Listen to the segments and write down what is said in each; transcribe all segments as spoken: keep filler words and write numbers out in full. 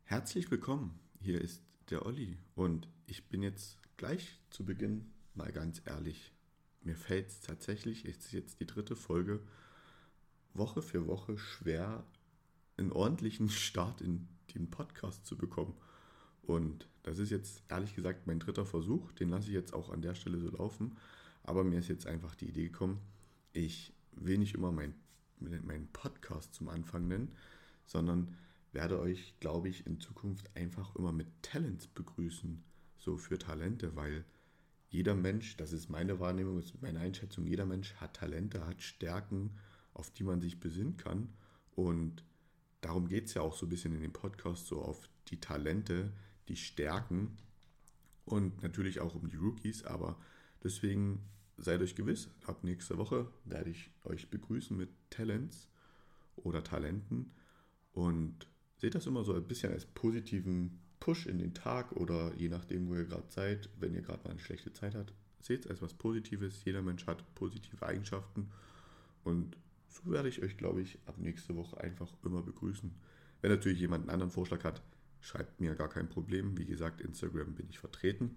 Herzlich willkommen, hier ist der Olli und ich bin jetzt gleich zu Beginn mal ganz ehrlich. Mir fällt es tatsächlich, es ist jetzt die dritte Folge, Woche für Woche schwer, einen ordentlichen Start in den Podcast zu bekommen. Und das ist jetzt ehrlich gesagt mein dritter Versuch, den lasse ich jetzt auch an der Stelle so laufen. Aber mir ist jetzt einfach die Idee gekommen, ich will nicht immer meinen mein Podcast zum Anfang nennen, sondern werde euch, glaube ich, in Zukunft einfach immer mit Talents begrüßen, so für Talente, weil jeder Mensch, das ist meine Wahrnehmung, das ist meine Einschätzung, jeder Mensch hat Talente, hat Stärken, auf die man sich besinnen kann. Und darum geht es ja auch so ein bisschen in dem Podcast, so auf die Talente, die Stärken und natürlich auch um die Rookies. Aber deswegen seid euch gewiss, ab nächster Woche werde ich euch begrüßen mit Talents oder Talenten und seht das immer so ein bisschen als positiven Push in den Tag oder je nachdem, wo ihr gerade seid, wenn ihr gerade mal eine schlechte Zeit habt, seht es als was Positives. Jeder Mensch hat positive Eigenschaften und so werde ich euch, glaube ich, ab nächste Woche einfach immer begrüßen. Wenn natürlich jemand einen anderen Vorschlag hat, schreibt mir gar kein Problem. Wie gesagt, Instagram bin ich vertreten.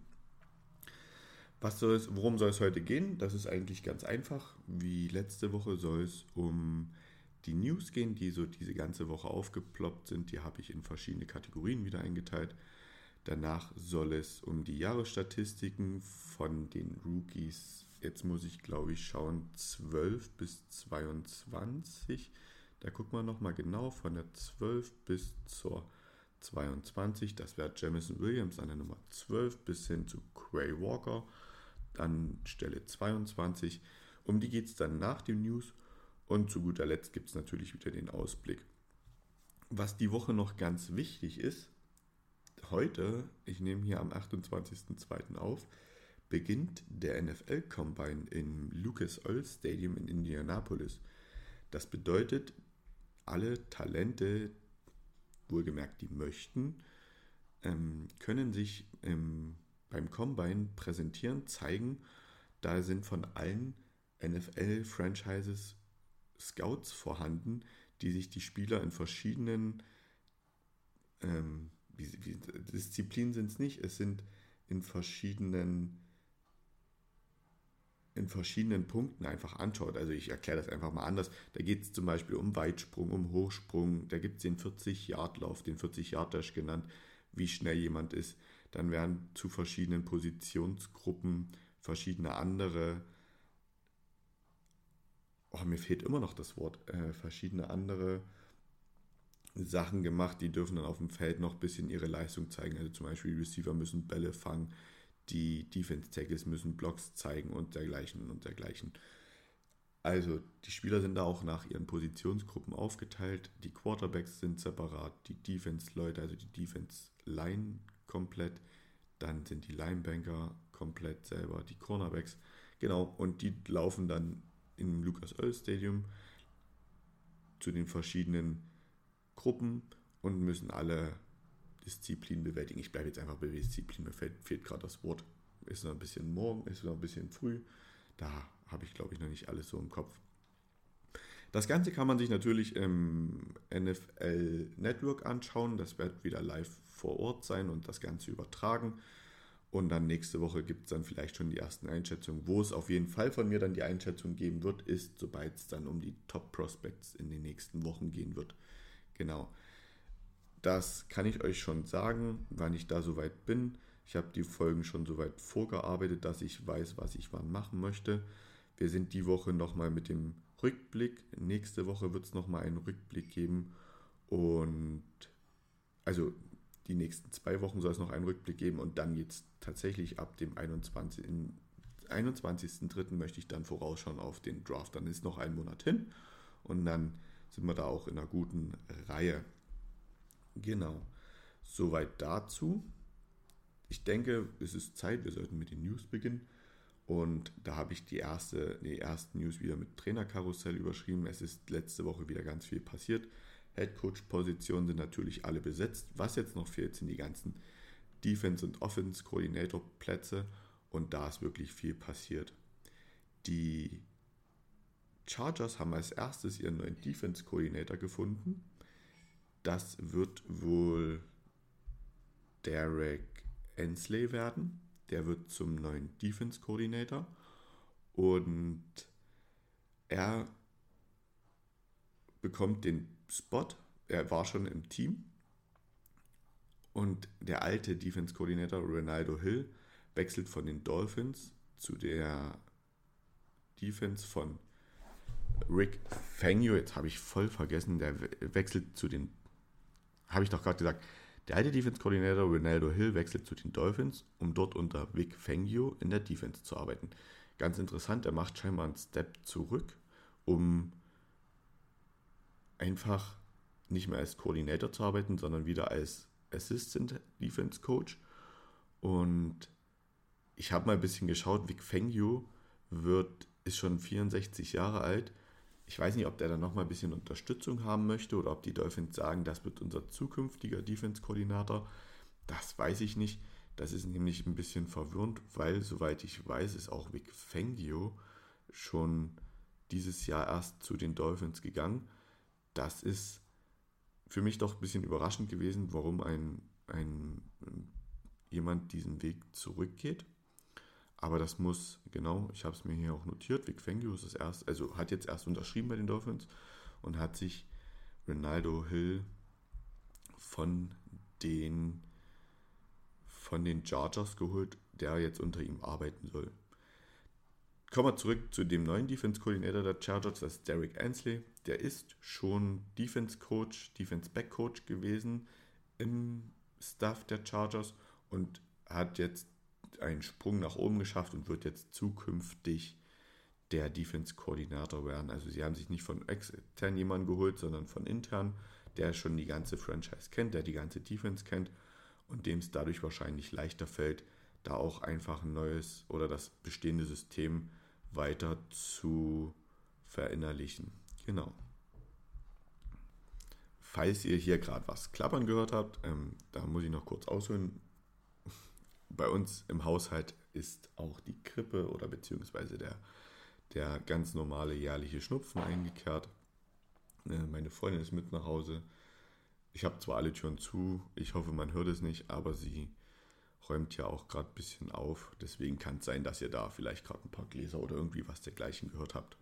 Was soll es, worum soll es heute gehen? Das ist eigentlich ganz einfach. Wie letzte Woche soll es um die News gehen, die so diese ganze Woche aufgeploppt sind. Die habe ich in verschiedene Kategorien wieder eingeteilt. Danach soll es um die Jahresstatistiken von den Rookies, jetzt muss ich glaube ich schauen, zwölf bis zweiundzwanzig. Da gucken wir nochmal genau, von der zwölf bis zur zweiundzwanzig. Das wäre Jamison Williams an der Nummer zwölf bis hin zu Quay Walker. Dann Stelle zweiundzwanzig. Um die geht es dann nach den News. Und zu guter Letzt gibt es natürlich wieder den Ausblick. Was die Woche noch ganz wichtig ist, heute, ich nehme hier am achtundzwanzigsten zweiten auf, beginnt der N F L Combine im Lucas Oil Stadium in Indianapolis. Das bedeutet, alle Talente, wohlgemerkt die möchten, ähm, können sich ähm, beim Combine präsentieren, zeigen. Da sind von allen N F L-Franchises Scouts vorhanden, die sich die Spieler in verschiedenen ähm, wie, wie, Disziplinen sind es nicht, es sind in verschiedenen in verschiedenen Punkten einfach anschaut. Also ich erkläre das einfach mal anders. Da geht es zum Beispiel um Weitsprung, um Hochsprung, da gibt es den vierzig-Yard-Lauf, den vierzig-Yard-Dash genannt, wie schnell jemand ist. Dann werden zu verschiedenen Positionsgruppen verschiedene andere Oh, mir fehlt immer noch das Wort, äh, verschiedene andere Sachen gemacht, die dürfen dann auf dem Feld noch ein bisschen ihre Leistung zeigen. Also zum Beispiel die Receiver müssen Bälle fangen, die Defense Tackles müssen Blocks zeigen und dergleichen und dergleichen. Also die Spieler sind da auch nach ihren Positionsgruppen aufgeteilt. Die Quarterbacks sind separat, die Defense-Leute, also die Defense-Line komplett. Dann sind die Linebanker komplett selber, die Cornerbacks. Genau, und die laufen dann im Lucas Oil Stadium zu den verschiedenen Gruppen und müssen alle Disziplinen bewältigen. Ich bleibe jetzt einfach bei Disziplin, mir fehlt, fehlt gerade das Wort. Ist noch ein bisschen morgen, ist noch ein bisschen früh. Da habe ich, glaube ich, noch nicht alles so im Kopf. Das Ganze kann man sich natürlich im N F L Network anschauen. Das wird wieder live vor Ort sein und das Ganze übertragen. Und dann nächste Woche gibt es dann vielleicht schon die ersten Einschätzungen. Wo es auf jeden Fall von mir dann die Einschätzung geben wird, ist, sobald es dann um die Top Prospects in den nächsten Wochen gehen wird. Genau. Das kann ich euch schon sagen, wann ich da soweit bin. Ich habe die Folgen schon soweit vorgearbeitet, dass ich weiß, was ich wann machen möchte. Wir sind die Woche nochmal mit dem Rückblick. Nächste Woche wird es nochmal einen Rückblick geben. Und also die nächsten zwei Wochen soll es noch einen Rückblick geben und dann jetzt tatsächlich ab dem einundzwanzigsten einundzwanzigsten dritten möchte ich dann vorausschauen auf den Draft. Dann ist noch ein Monat hin und dann sind wir da auch in einer guten Reihe. Genau, soweit dazu. Ich denke, es ist Zeit, wir sollten mit den News beginnen. Und da habe ich die erste, die ersten News wieder mit Trainerkarussell überschrieben. Es ist letzte Woche wieder ganz viel passiert. Headcoach-Positionen sind natürlich alle besetzt. Was jetzt noch fehlt, sind die ganzen Defense- und Offense-Coordinator-Plätze. Und da ist wirklich viel passiert. Die Chargers haben als erstes ihren neuen Defense-Coordinator gefunden. Das wird wohl Derek Ansley werden. Der wird zum neuen Defense Coordinator und er bekommt den Spot. Er war schon im Team und der alte Defense Coordinator Ronaldo Hill wechselt von den Dolphins zu der Defense von Rick Fangio. Jetzt habe ich voll vergessen, der wechselt zu den, habe ich doch gerade gesagt, der alte Defense Coordinator Ronaldo Hill wechselt zu den Dolphins, um dort unter Vic Fangio in der Defense zu arbeiten. Ganz interessant, er macht scheinbar einen Step zurück, um einfach nicht mehr als Koordinator zu arbeiten, sondern wieder als Assistant Defense Coach. Und ich habe mal ein bisschen geschaut, Vic Fangio wird, ist schon vierundsechzig Jahre alt. Ich weiß nicht, ob der dann nochmal ein bisschen Unterstützung haben möchte oder ob die Dolphins sagen, das wird unser zukünftiger Defense-Koordinator. Das weiß ich nicht. Das ist nämlich ein bisschen verwirrend, weil, soweit ich weiß, ist auch Vic Fangio schon dieses Jahr erst zu den Dolphins gegangen. Das ist für mich doch ein bisschen überraschend gewesen, warum ein, ein jemand diesen Weg zurückgeht. Aber das muss, genau, ich habe es mir hier auch notiert, Vic Fangio ist das erst, also hat jetzt erst unterschrieben bei den Dolphins und hat sich Ronaldo Hill von den, von den Chargers geholt, der jetzt unter ihm arbeiten soll. Kommen wir zurück zu dem neuen Defense-Koordinator der Chargers, das ist Derek Ansley. Der ist schon Defense-Coach, Defense-Back-Coach gewesen im Staff der Chargers und hat jetzt einen Sprung nach oben geschafft und wird jetzt zukünftig der Defense-Koordinator werden. Also sie haben sich nicht von extern jemanden geholt, sondern von intern, der schon die ganze Franchise kennt, der die ganze Defense kennt und dem es dadurch wahrscheinlich leichter fällt, da auch einfach ein neues oder das bestehende System weiter zu verinnerlichen. Genau. Falls ihr hier gerade was klappern gehört habt, ähm, da muss ich noch kurz ausholen. Bei uns im Haushalt ist auch die Grippe oder beziehungsweise der, der ganz normale jährliche Schnupfen eingekehrt. Meine Freundin ist mit nach Hause. Ich habe zwar alle Türen zu, ich hoffe, man hört es nicht, aber sie räumt ja auch gerade ein bisschen auf. Deswegen kann es sein, dass ihr da vielleicht gerade ein paar Gläser oder irgendwie was dergleichen gehört habt.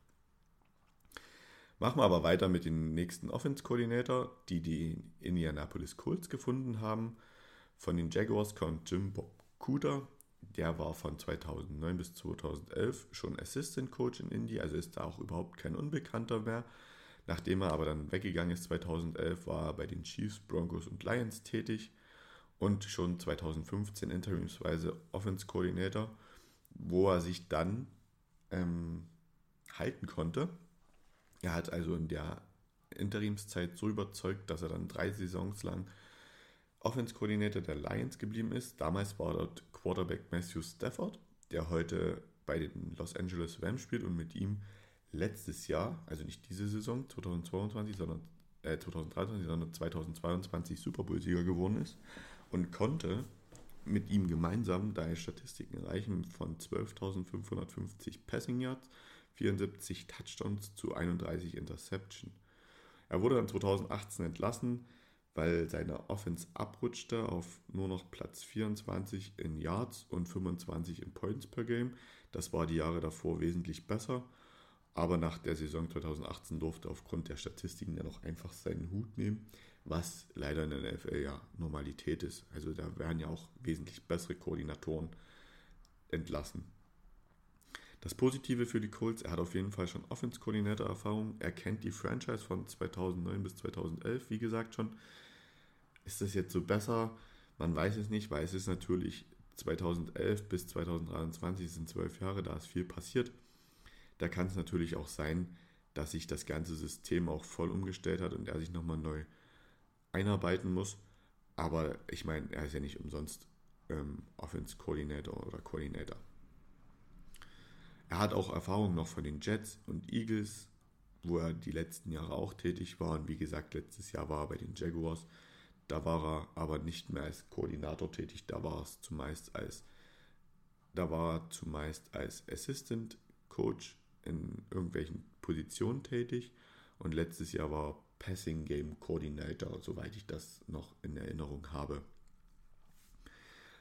Machen wir aber weiter mit dem nächsten Offense-Koordinator, die die Indianapolis Colts gefunden haben. Von den Jaguars kommt Jim Bob Cooter, der war von zweitausendneun bis zweitausendelf schon Assistant Coach in Indy, also ist da auch überhaupt kein Unbekannter mehr. Nachdem er aber dann weggegangen ist, zweitausendelf, war er bei den Chiefs, Broncos und Lions tätig und schon zweitausendfünfzehn interimsweise Offense Coordinator, wo er sich dann ähm, halten konnte. Er hat also in der Interimszeit so überzeugt, dass er dann drei Saisons lang Offense-Coordinator der Lions geblieben ist. Damals war dort Quarterback Matthew Stafford, der heute bei den Los Angeles Rams spielt und mit ihm letztes Jahr, also nicht diese Saison zweitausendzweiundzwanzig, sondern äh, zweitausenddreiundzwanzig, sondern zweitausendzweiundzwanzig Super Bowl-Sieger geworden ist und konnte mit ihm gemeinsam daher Statistiken erreichen von zwölftausendfünfhundertfünfzig Passing Yards, vierundsiebzig Touchdowns zu einunddreißig Interception. Er wurde dann zweitausendachtzehn entlassen, weil seine Offense abrutschte auf nur noch Platz vierundzwanzig in Yards und fünfundzwanzig in Points per Game. Das war die Jahre davor wesentlich besser, aber nach der Saison zweitausendachtzehn durfte er aufgrund der Statistiken dann auch einfach seinen Hut nehmen, was leider in der N F L ja Normalität ist. Also da werden ja auch wesentlich bessere Koordinatoren entlassen. Das Positive für die Colts, er hat auf jeden Fall schon Offense-Coordinator-Erfahrung. Er kennt die Franchise von zweitausendneun bis zweitausendelf, wie gesagt schon. Ist das jetzt so besser? Man weiß es nicht, weil es ist natürlich zweitausendelf bis zweitausenddreiundzwanzig, das sind zwölf Jahre, da ist viel passiert. Da kann es natürlich auch sein, dass sich das ganze System auch voll umgestellt hat und er sich nochmal neu einarbeiten muss. Aber ich meine, er ist ja nicht umsonst ähm, Offense-Coordinator oder Coordinator. Er hat auch Erfahrung noch von den Jets und Eagles, wo er die letzten Jahre auch tätig war. Und wie gesagt, letztes Jahr war er bei den Jaguars. Da war er aber nicht mehr als Koordinator tätig, da war es zumeist als, da war er zumeist als Assistant Coach in irgendwelchen Positionen tätig. Und letztes Jahr war er Passing Game Coordinator, soweit ich das noch in Erinnerung habe.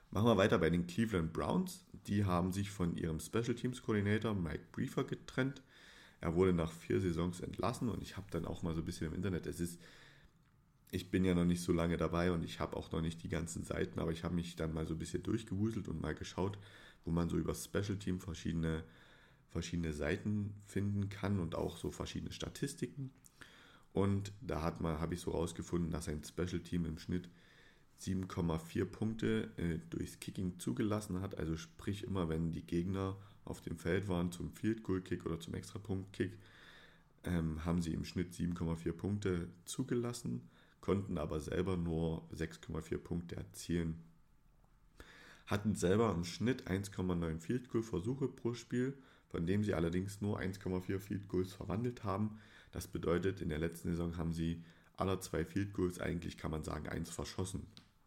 Machen wir weiter bei den Cleveland Browns. Die haben sich von ihrem Special Teams Coordinator Mike Briefer getrennt. Er wurde nach vier Saisons entlassen und ich habe dann auch mal so ein bisschen im Internet, es ist, ich bin ja noch nicht so lange dabei und ich habe auch noch nicht die ganzen Seiten, aber ich habe mich dann mal so ein bisschen durchgewuselt und mal geschaut, wo man so über Special Team verschiedene, verschiedene Seiten finden kann und auch so verschiedene Statistiken. Und da hat man, habe ich so rausgefunden, dass ein Special Team im Schnitt sieben Komma vier Punkte äh, durchs Kicking zugelassen hat. Also sprich immer, wenn die Gegner auf dem Feld waren zum Field Goal Kick oder zum Extrapunkt-Kick, ähm, haben sie im Schnitt sieben Komma vier Punkte zugelassen, konnten aber selber nur sechs Komma vier Punkte erzielen. Hatten selber im Schnitt eins Komma neun Field Goal Versuche pro Spiel, von dem sie allerdings nur eins Komma vier Field Goals verwandelt haben. Das bedeutet, in der letzten Saison haben sie aller zwei Field Goals eigentlich, kann man sagen, eins verschossen.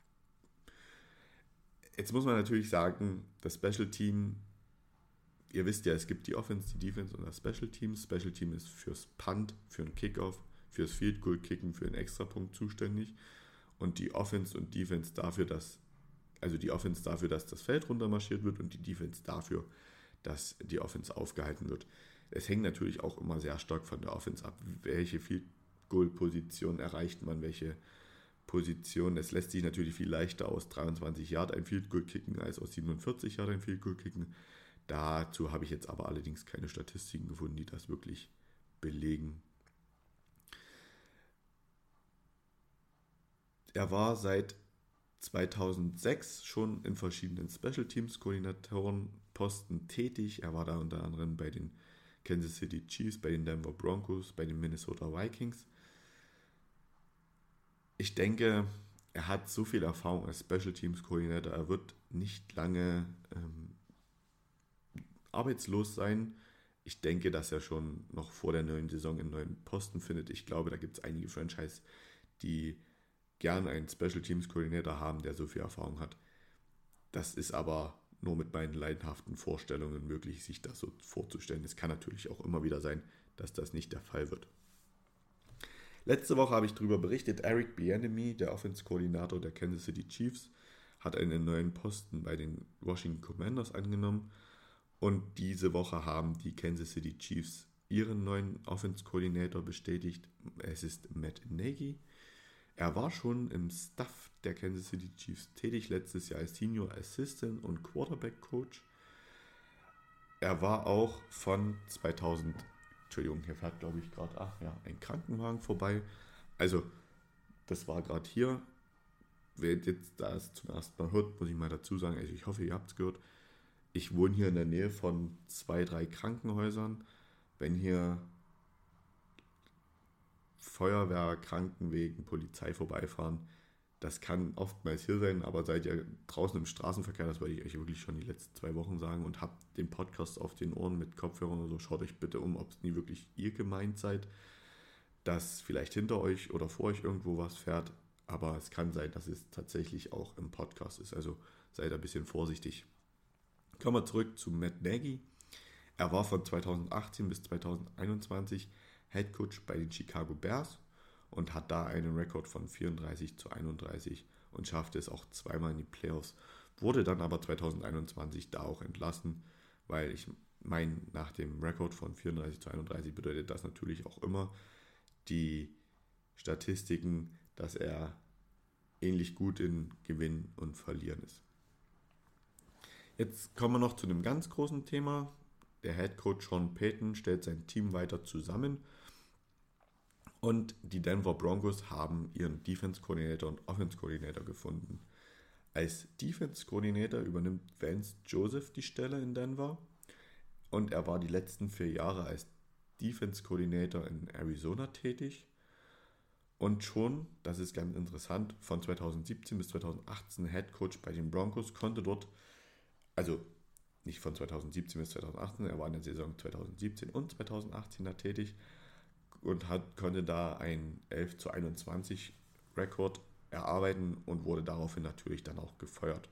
Jetzt muss man natürlich sagen, das Special Team, ihr wisst ja, es gibt die Offense, die Defense und das Special Team. Special Team ist fürs Punt, für einen Kickoff, fürs Field Goal Kicken, für einen Extrapunkt zuständig und die Offense und Defense dafür, dass, also die Offense dafür, dass das Feld runtermarschiert wird und die Defense dafür, dass die Offense aufgehalten wird. Es hängt natürlich auch immer sehr stark von der Offense ab, welche Field Goal Position erreicht man, welche Position. Es lässt sich natürlich viel leichter aus dreiundzwanzig Yard ein Field Goal kicken als aus siebenundvierzig Yard ein Field Goal kicken. Dazu habe ich jetzt aber allerdings keine Statistiken gefunden, die das wirklich belegen. Er war seit zweitausendsechs schon in verschiedenen Special Teams Koordinatorenposten tätig. Er war da unter anderem bei den Kansas City Chiefs, bei den Denver Broncos, bei den Minnesota Vikings. Ich denke, er hat so viel Erfahrung als Special Teams Koordinator, er wird nicht lange ähm, arbeitslos sein. Ich denke, dass er schon noch vor der neuen Saison einen neuen Posten findet. Ich glaube, da gibt es einige Franchise, die gern einen Special Teams Koordinator haben, der so viel Erfahrung hat. Das ist aber nur mit meinen leidenhaften Vorstellungen möglich, sich das so vorzustellen. Es kann natürlich auch immer wieder sein, dass das nicht der Fall wird. Letzte Woche habe ich darüber berichtet, Eric Bieniemy, der Offense-Koordinator der Kansas City Chiefs, hat einen neuen Posten bei den Washington Commanders angenommen. Und diese Woche haben die Kansas City Chiefs ihren neuen Offense-Koordinator bestätigt. Es ist Matt Nagy. Er war schon im Staff der Kansas City Chiefs tätig, letztes Jahr als Senior Assistant und Quarterback Coach. Er war auch von zweitausend, Entschuldigung, hier fährt glaube ich gerade, ach ja, ein Krankenwagen vorbei. Also, das war gerade hier. Wer jetzt das zum ersten Mal hört, muss ich mal dazu sagen, also ich hoffe, ihr habt es gehört. Ich wohne hier in der Nähe von zwei, drei Krankenhäusern. Wenn hier Feuerwehr, Krankenwegen, Polizei vorbeifahren, das kann oftmals hier sein, aber seid ihr draußen im Straßenverkehr, das wollte ich euch wirklich schon die letzten zwei Wochen sagen und habt den Podcast auf den Ohren mit Kopfhörern oder so, schaut euch bitte um, ob es nie wirklich ihr gemeint seid, dass vielleicht hinter euch oder vor euch irgendwo was fährt, aber es kann sein, dass es tatsächlich auch im Podcast ist, also seid ein bisschen vorsichtig. Kommen wir zurück zu Matt Nagy. Er war von zweitausendachtzehn bis zweitausendeinundzwanzig Head Coach bei den Chicago Bears und hat da einen Rekord von vierunddreißig zu einunddreißig und schaffte es auch zweimal in die Playoffs. Wurde dann aber zweitausendeinundzwanzig da auch entlassen, weil ich meine, nach dem Rekord von vierunddreißig zu einunddreißig bedeutet das natürlich auch immer die Statistiken, dass er ähnlich gut in Gewinnen und Verlieren ist. Jetzt kommen wir noch zu einem ganz großen Thema. Der Head Coach Sean Payton stellt sein Team weiter zusammen und die Denver Broncos haben ihren Defense Coordinator und Offense Coordinator gefunden. Als Defense Coordinator übernimmt Vance Joseph die Stelle in Denver und er war die letzten vier Jahre als Defense Coordinator in Arizona tätig und schon, das ist ganz interessant, von zweitausendsiebzehn bis zweitausendachtzehn Head Coach bei den Broncos, konnte dort, also nicht von zweitausendsiebzehn bis zweitausendachtzehn, er war in der Saison zweitausendsiebzehn und zweitausendachtzehn da tätig und hat, konnte da ein elf zu einundzwanzig Rekord erarbeiten und wurde daraufhin natürlich dann auch gefeuert.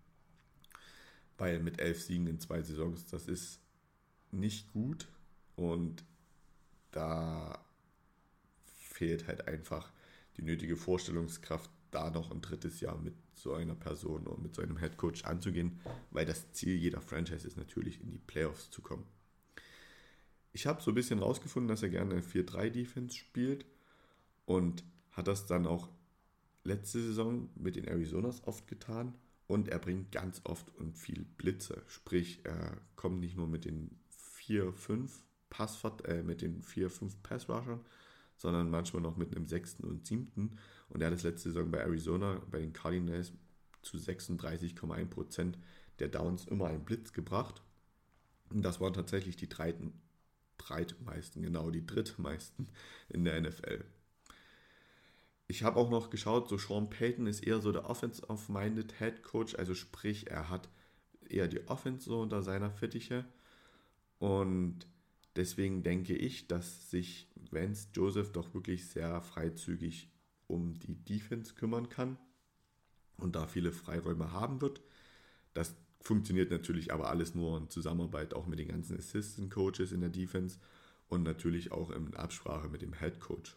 Weil mit elf Siegen in zwei Saisons, das ist nicht gut und da fehlt halt einfach die nötige Vorstellungskraft, da noch ein drittes Jahr mit so einer Person und mit so einem Headcoach anzugehen, weil das Ziel jeder Franchise ist natürlich, in die Playoffs zu kommen. Ich habe so ein bisschen rausgefunden, dass er gerne eine vier drei Defense spielt und hat das dann auch letzte Saison mit den Arizonas oft getan und er bringt ganz oft und viel Blitze, sprich er kommt nicht nur mit den vier fünf Passfahrt, äh, mit den vier fünf Pass-Rushern, sondern manchmal noch mit einem sechsten und siebten. Und er hat das letzte Saison bei Arizona, bei den Cardinals, zu sechsunddreißig Komma eins Prozent der Downs immer einen Blitz gebracht. Und das waren tatsächlich die dreiten, drittmeisten, genau die drittmeisten in der N F L. Ich habe auch noch geschaut, so Sean Payton ist eher so der Offensive-minded Head Coach, also sprich, er hat eher die Offense so unter seiner Fittiche. Und deswegen denke ich, dass sich Vance Joseph doch wirklich sehr freizügig um die Defense kümmern kann und da viele Freiräume haben wird. Das funktioniert natürlich aber alles nur in Zusammenarbeit auch mit den ganzen Assistant Coaches in der Defense und natürlich auch in Absprache mit dem Head Coach.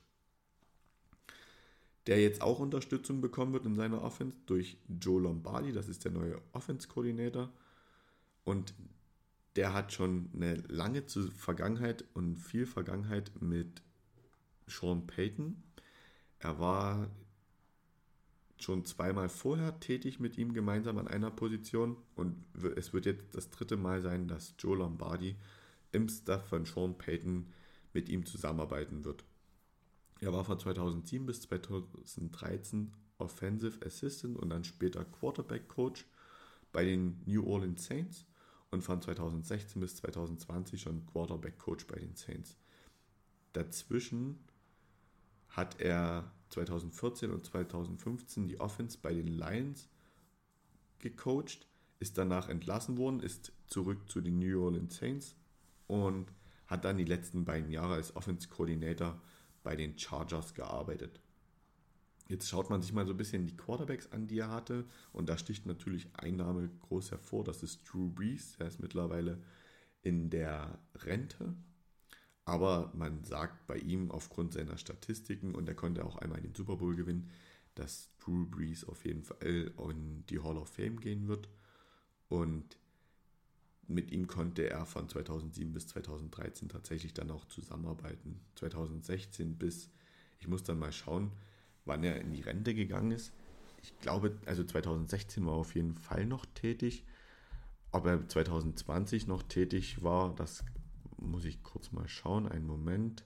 Der jetzt auch Unterstützung bekommen wird in seiner Offense durch Joe Lombardi, das ist der neue Offense-Coordinator. Und der hat schon eine lange Vergangenheit und viel Vergangenheit mit Sean Payton. Er war schon zweimal vorher tätig mit ihm gemeinsam an einer Position und es wird jetzt das dritte Mal sein, dass Joe Lombardi im Staff von Sean Payton mit ihm zusammenarbeiten wird. Er war von zweitausendsieben bis zweitausenddreizehn Offensive Assistant und dann später Quarterback Coach bei den New Orleans Saints und von zweitausendsechzehn bis zweitausendzwanzig schon Quarterback Coach bei den Saints. Dazwischen hat er zweitausendvierzehn und zweitausendfünfzehn die Offense bei den Lions gecoacht, ist danach entlassen worden, ist zurück zu den New Orleans Saints und hat dann die letzten beiden Jahre als Offense Coordinator bei den Chargers gearbeitet. Jetzt schaut man sich mal so ein bisschen die Quarterbacks an, die er hatte. Und da sticht natürlich ein Name groß hervor. Das ist Drew Brees. Der ist mittlerweile in der Rente. Aber man sagt bei ihm aufgrund seiner Statistiken, und er konnte auch einmal den Super Bowl gewinnen, dass Drew Brees auf jeden Fall in die Hall of Fame gehen wird. Und mit ihm konnte er von zweitausendsieben bis zweitausenddreizehn tatsächlich dann auch zusammenarbeiten. zweitausendsechzehn bis, ich muss dann mal schauen, wann er in die Rente gegangen ist. Ich glaube, also zweitausendsechzehn war er auf jeden Fall noch tätig. Ob er zweitausendzwanzig noch tätig war, das muss ich kurz mal schauen. Einen Moment.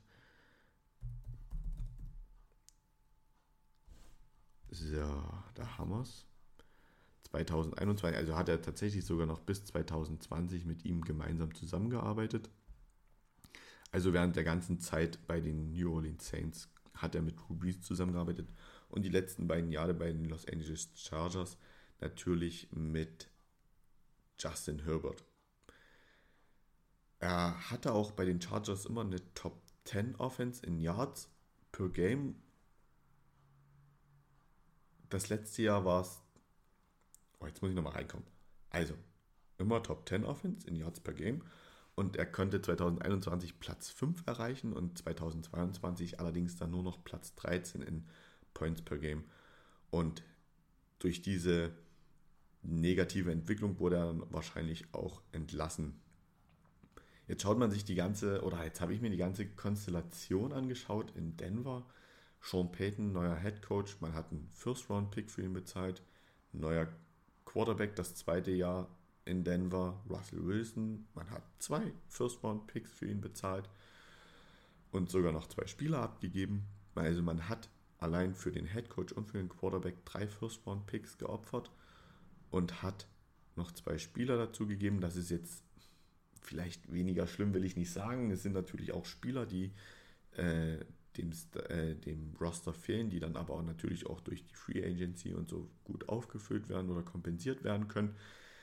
So, da haben wir es. zweitausendeinundzwanzig, also hat er tatsächlich sogar noch bis zweitausendzwanzig mit ihm gemeinsam zusammengearbeitet. Also während der ganzen Zeit bei den New Orleans Saints hat er mit Drew Brees zusammengearbeitet und die letzten beiden Jahre bei den Los Angeles Chargers natürlich mit Justin Herbert. Er hatte auch bei den Chargers immer eine Top zehn Offense in Yards per Game. Das letzte Jahr war es, oh, jetzt muss ich nochmal reinkommen. Also, immer Top zehn Offense in Yards per Game. Und er konnte zweitausendeinundzwanzig Platz fünf erreichen und zweitausendzweiundzwanzig allerdings dann nur noch Platz dreizehn in Points per Game. Und durch diese negative Entwicklung wurde er dann wahrscheinlich auch entlassen. Jetzt schaut man sich die ganze, oder jetzt habe ich mir die ganze Konstellation angeschaut in Denver. Sean Payton, neuer Head Coach, man hat einen First-Round-Pick für ihn bezahlt, neuer Quarterback, das zweite Jahr in Denver, Russell Wilson. Man hat zwei First-Round-Picks für ihn bezahlt und sogar noch zwei Spieler abgegeben. Also man hat allein für den Headcoach und für den Quarterback drei First-Round-Picks geopfert und hat noch zwei Spieler dazu gegeben. Das ist jetzt vielleicht weniger schlimm, will ich nicht sagen. Es sind natürlich auch Spieler, die äh, dem, äh, dem Roster fehlen, die dann aber auch natürlich auch durch die Free Agency und so gut aufgefüllt werden oder kompensiert werden können.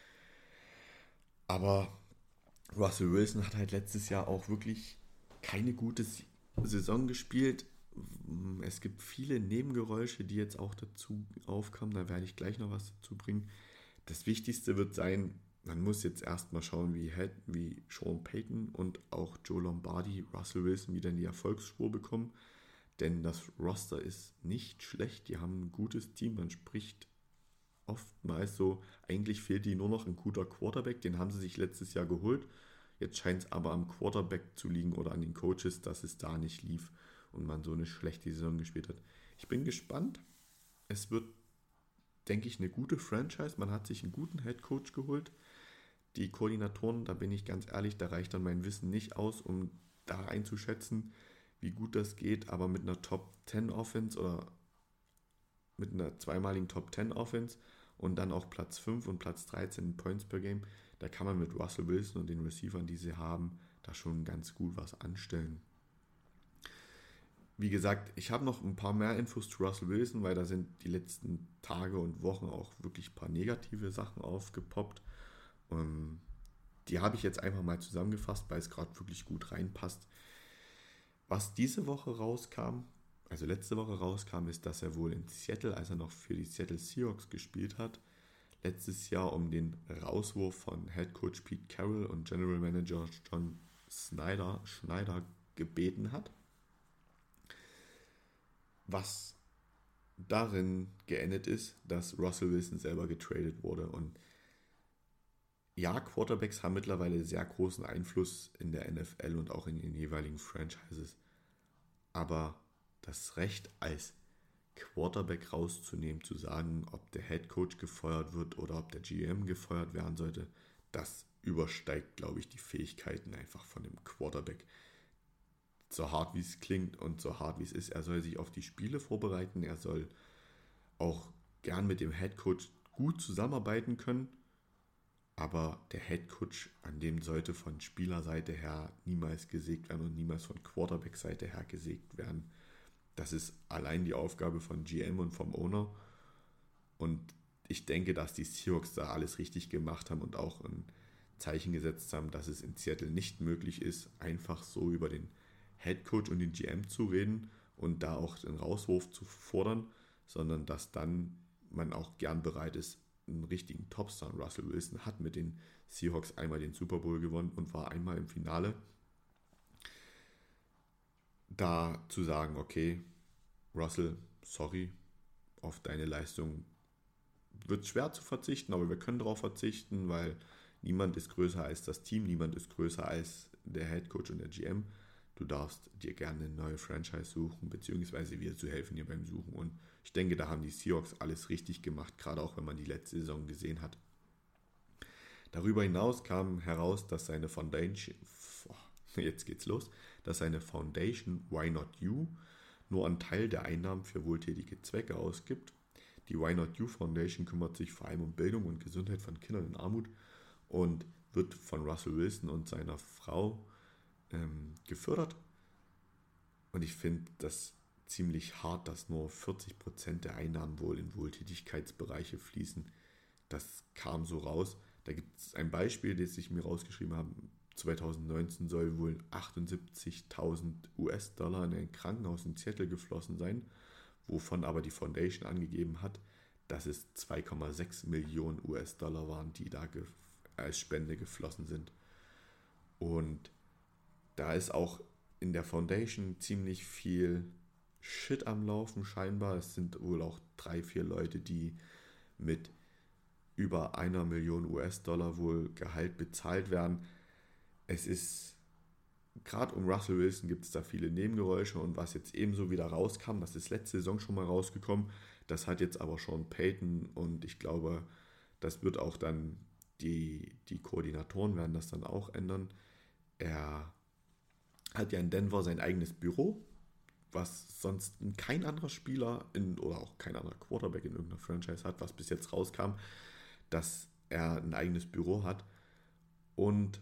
Aber Russell Wilson hat halt letztes Jahr auch wirklich keine gute Saison gespielt. Es gibt viele Nebengeräusche, die jetzt auch dazu aufkamen. Da werde ich gleich noch was dazu bringen. Das Wichtigste wird sein, man muss jetzt erstmal schauen, wie, Head, wie Sean Payton und auch Joe Lombardi Russell Wilson wieder in die Erfolgsspur bekommen. denn das Roster ist nicht schlecht. Die haben ein gutes Team. Man spricht oftmals so, eigentlich fehlt ihnen nur noch ein guter Quarterback. Den haben sie sich letztes Jahr geholt. Jetzt scheint es aber am Quarterback zu liegen oder an den Coaches, dass es da nicht lief und man so eine schlechte Saison gespielt hat. Ich bin gespannt. Es wird, denke ich, eine gute Franchise. Man hat sich einen guten Headcoach geholt. Die Koordinatoren, da bin ich ganz ehrlich, da reicht dann mein Wissen nicht aus, um da einzuschätzen, wie gut das geht, aber mit einer Top zehn Offense oder mit einer zweimaligen Top zehn Offense und dann auch Platz fünf und Platz dreizehn in Points per Game, da kann man mit Russell Wilson und den Receivern, die sie haben, da schon ganz gut was anstellen. Wie gesagt, ich habe noch ein paar mehr Infos zu Russell Wilson, weil da sind die letzten Tage und Wochen auch wirklich ein paar negative Sachen aufgepoppt. Um, die habe ich jetzt einfach mal zusammengefasst, weil es gerade wirklich gut reinpasst. Was diese Woche rauskam, also letzte Woche rauskam, ist, dass er wohl in Seattle, als er noch für die Seattle Seahawks gespielt hat, letztes Jahr um den Rauswurf von Head Coach Pete Carroll und General Manager John Snyder, Schneider gebeten hat. Was darin geendet ist, dass Russell Wilson selber getradet wurde. Und ja, Quarterbacks haben mittlerweile sehr großen Einfluss in der N F L und auch in den jeweiligen Franchises. Aber das Recht als Quarterback rauszunehmen, zu sagen, ob der Head Coach gefeuert wird oder ob der G M gefeuert werden sollte, das übersteigt, glaube ich, die Fähigkeiten einfach von dem Quarterback. So hart wie es klingt und so hart wie es ist, er soll sich auf die Spiele vorbereiten, er soll auch gern mit dem Head Coach gut zusammenarbeiten können, aber der Head Coach, an dem sollte von Spielerseite her niemals gesägt werden und niemals von Quarterback-Seite her gesägt werden. Das ist allein die Aufgabe von G M und vom Owner. Und ich denke, dass die Seahawks da alles richtig gemacht haben und auch ein Zeichen gesetzt haben, dass es in Seattle nicht möglich ist, einfach so über den Head Coach und den G M zu reden und da auch den Rauswurf zu fordern, sondern dass dann man auch gern bereit ist, einen richtigen Topstar. Russell Wilson hat mit den Seahawks einmal den Super Bowl gewonnen und war einmal im Finale. Da zu sagen, okay, Russell, sorry, auf deine Leistung wird schwer zu verzichten, aber wir können darauf verzichten, weil niemand ist größer als das Team, niemand ist größer als der Head Coach und der G M. Du darfst dir gerne eine neue Franchise suchen, beziehungsweise wir zu helfen dir beim Suchen. Und ich denke, da haben die Seahawks alles richtig gemacht, gerade auch wenn man die letzte Saison gesehen hat. Darüber hinaus kam heraus, dass seine Foundation, jetzt geht's los, dass seine Foundation Why Not You nur einen Teil der Einnahmen für wohltätige Zwecke ausgibt. Die Why Not You Foundation kümmert sich vor allem um Bildung und Gesundheit von Kindern in Armut und wird von Russell Wilson und seiner Frau ähm, gefördert. Und ich finde das ziemlich hart, dass nur vierzig Prozent der Einnahmen wohl in Wohltätigkeitsbereiche fließen. Das kam so raus. Da gibt es ein Beispiel, das ich mir rausgeschrieben habe. zwanzig neunzehn soll wohl achtundsiebzigtausend U S-Dollar in ein Krankenhaus in Seattle geflossen sein, wovon aber die Foundation angegeben hat, dass es zwei Komma sechs Millionen U S-Dollar waren, die da ge- als Spende geflossen sind. Und da ist auch in der Foundation ziemlich viel Shit am Laufen scheinbar. Es sind wohl auch drei, vier Leute, die mit über einer Million U S-Dollar wohl Gehalt bezahlt werden. Es ist, gerade um Russell Wilson gibt es da viele Nebengeräusche und was jetzt ebenso wieder rauskam, das ist letzte Saison schon mal rausgekommen, das hat jetzt aber Sean Payton und ich glaube, das wird auch dann, die, die Koordinatoren werden das dann auch ändern. Er hat ja in Denver sein eigenes Büro, was sonst kein anderer Spieler in, oder auch kein anderer Quarterback in irgendeiner Franchise hat, was bis jetzt rauskam, dass er ein eigenes Büro hat und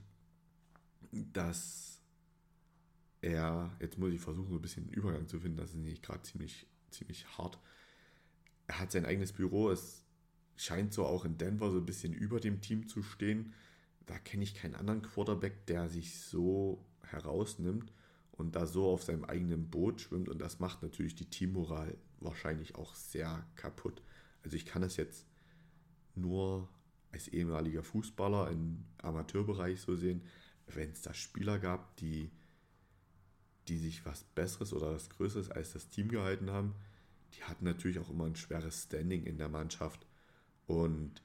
dass er, jetzt muss ich versuchen, so ein bisschen einen Übergang zu finden, das ist nicht gerade ziemlich, ziemlich hart. Er hat sein eigenes Büro, es scheint so auch in Denver so ein bisschen über dem Team zu stehen. Da kenne ich keinen anderen Quarterback, der sich so herausnimmt und da so auf seinem eigenen Boot schwimmt und das macht natürlich die Teammoral wahrscheinlich auch sehr kaputt. Also ich kann das jetzt nur als ehemaliger Fußballer im Amateurbereich so sehen, wenn es da Spieler gab, die, die sich was Besseres oder was Größeres als das Team gehalten haben, die hatten natürlich auch immer ein schweres Standing in der Mannschaft. Und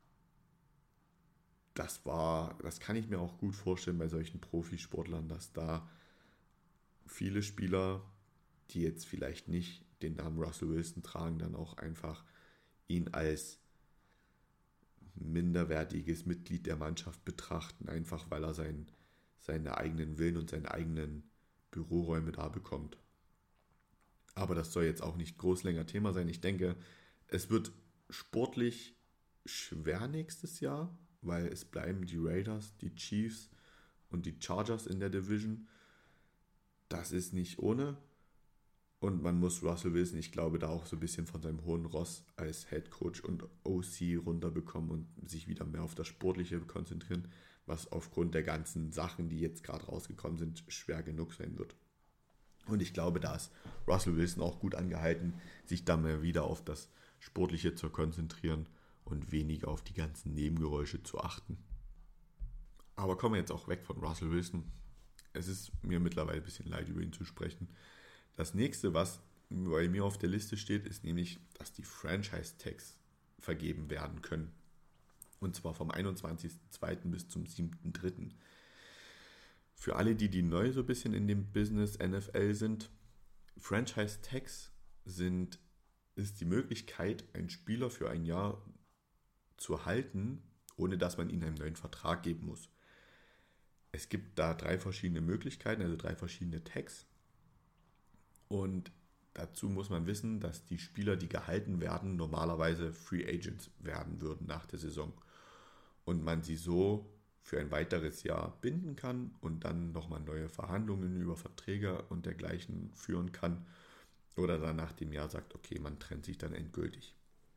das war, das kann ich mir auch gut vorstellen bei solchen Profisportlern, dass da viele Spieler, die jetzt vielleicht nicht den Namen Russell Wilson tragen, dann auch einfach ihn als minderwertiges Mitglied der Mannschaft betrachten, einfach weil er sein, seine eigenen Willen und seine eigenen Büroräume da bekommt. Aber das soll jetzt auch nicht groß länger Thema sein. Ich denke, es wird sportlich schwer nächstes Jahr, weil es bleiben die Raiders, die Chiefs und die Chargers in der Division. Das ist nicht ohne. Und man muss Russell Wilson, ich glaube, da auch so ein bisschen von seinem hohen Ross als Head Coach und O C runterbekommen und sich wieder mehr auf das Sportliche konzentrieren, was aufgrund der ganzen Sachen, die jetzt gerade rausgekommen sind, schwer genug sein wird. Und ich glaube, da ist Russell Wilson auch gut angehalten, sich da mal wieder auf das Sportliche zu konzentrieren und weniger auf die ganzen Nebengeräusche zu achten. Aber kommen wir jetzt auch weg von Russell Wilson. Es ist mir mittlerweile ein bisschen leid, über ihn zu sprechen. Das nächste, was bei mir auf der Liste steht, ist nämlich, dass die Franchise-Tags vergeben werden können. Und zwar vom einundzwanzigsten zweiten bis zum siebten dritten Für alle, die, die neu so ein bisschen in dem Business N F L sind, Franchise-Tags sind, ist die Möglichkeit, einen Spieler für ein Jahr zu halten, ohne dass man ihnen einen neuen Vertrag geben muss. Es gibt da drei verschiedene Möglichkeiten, also drei verschiedene Tags. Und dazu muss man wissen, dass die Spieler, die gehalten werden, normalerweise Free Agents werden würden nach der Saison. Und man sie so für ein weiteres Jahr binden kann und dann nochmal neue Verhandlungen über Verträge und dergleichen führen kann. Oder dann nach dem Jahr sagt, okay, man trennt sich dann endgültig.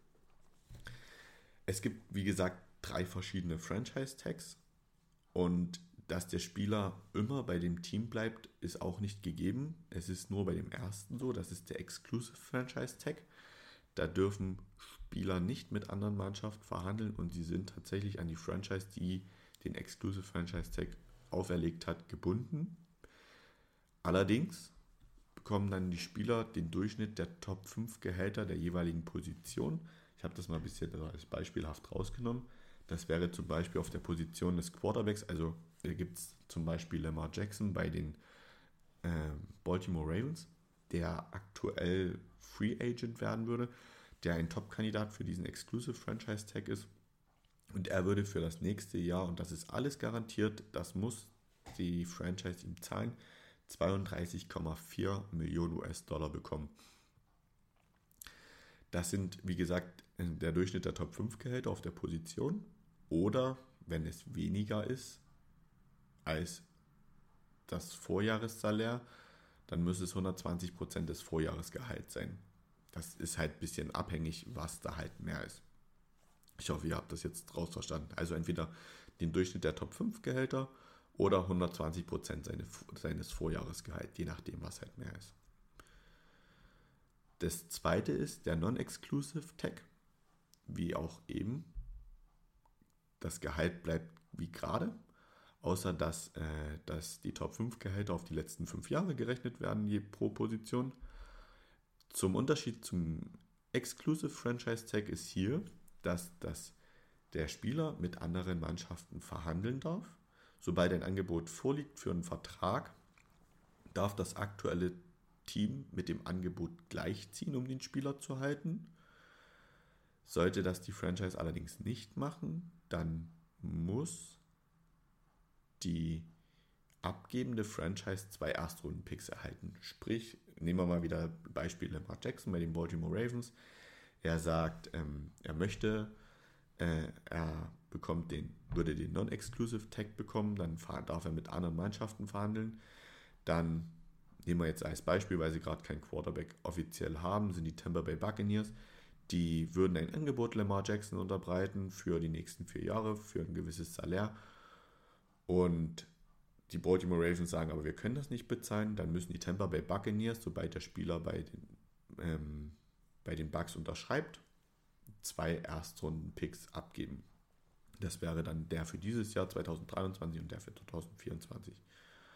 Es gibt, wie gesagt, drei verschiedene Franchise-Tags. Und dass der Spieler immer bei dem Team bleibt, ist auch nicht gegeben. Es ist nur bei dem ersten so, das ist der Exclusive Franchise Tag. Da dürfen Spieler nicht mit anderen Mannschaften verhandeln und sie sind tatsächlich an die Franchise, die den Exclusive Franchise Tag auferlegt hat, gebunden. Allerdings bekommen dann die Spieler den Durchschnitt der Top fünf Gehälter der jeweiligen Position. Ich habe das mal ein bisschen als beispielhaft rausgenommen. Das wäre zum Beispiel auf der Position des Quarterbacks, also da gibt es zum Beispiel Lamar Jackson bei den äh, Baltimore Ravens, der aktuell Free Agent werden würde, der ein Top-Kandidat für diesen Exclusive Franchise Tag ist. Und er würde für das nächste Jahr, und das ist alles garantiert, das muss die Franchise ihm zahlen, zweiunddreißig Komma vier Millionen U S-Dollar bekommen. Das sind, wie gesagt, der Durchschnitt der Top fünf Gehälter auf der Position. Oder, wenn es weniger ist als das Vorjahressalär, dann müsste es hundertzwanzig Prozent des Vorjahresgehalts sein. Das ist halt ein bisschen abhängig, was da halt mehr ist. Ich hoffe, ihr habt das jetzt raus verstanden. Also entweder den Durchschnitt der Top fünf Gehälter oder hundertzwanzig Prozent seine, seines Vorjahresgehalts, je nachdem, was halt mehr ist. Das zweite ist der Non-Exclusive Tag, wie auch eben. Das Gehalt bleibt wie gerade, außer dass, äh, dass die Top fünf Gehälter auf die letzten fünf Jahre gerechnet werden, je pro Position. Zum Unterschied zum Exclusive Franchise Tag ist hier, dass das, der Spieler mit anderen Mannschaften verhandeln darf. Sobald ein Angebot vorliegt für einen Vertrag, darf das aktuelle Team mit dem Angebot gleichziehen, um den Spieler zu halten. Sollte das die Franchise allerdings nicht machen, dann muss die abgebende Franchise zwei Erstrunden-Picks erhalten. Sprich, nehmen wir mal wieder Beispiel Lamar Jackson bei den Baltimore Ravens. Er sagt, ähm, er möchte, äh, er bekommt den, würde den Non-Exclusive Tag bekommen, dann darf er mit anderen Mannschaften verhandeln. Dann nehmen wir jetzt als Beispiel, weil sie gerade keinen Quarterback offiziell haben, sind die Tampa Bay Buccaneers. Die würden ein Angebot Lamar Jackson unterbreiten für die nächsten vier Jahre, für ein gewisses Salär. Und die Baltimore Ravens sagen, aber wir können das nicht bezahlen. Dann müssen die Tampa Bay Buccaneers, sobald der Spieler bei den, ähm, bei den Bucks unterschreibt, zwei Erstrunden-Picks abgeben. Das wäre dann der für dieses Jahr zwanzig dreiundzwanzig und der für zwanzig vierundzwanzig.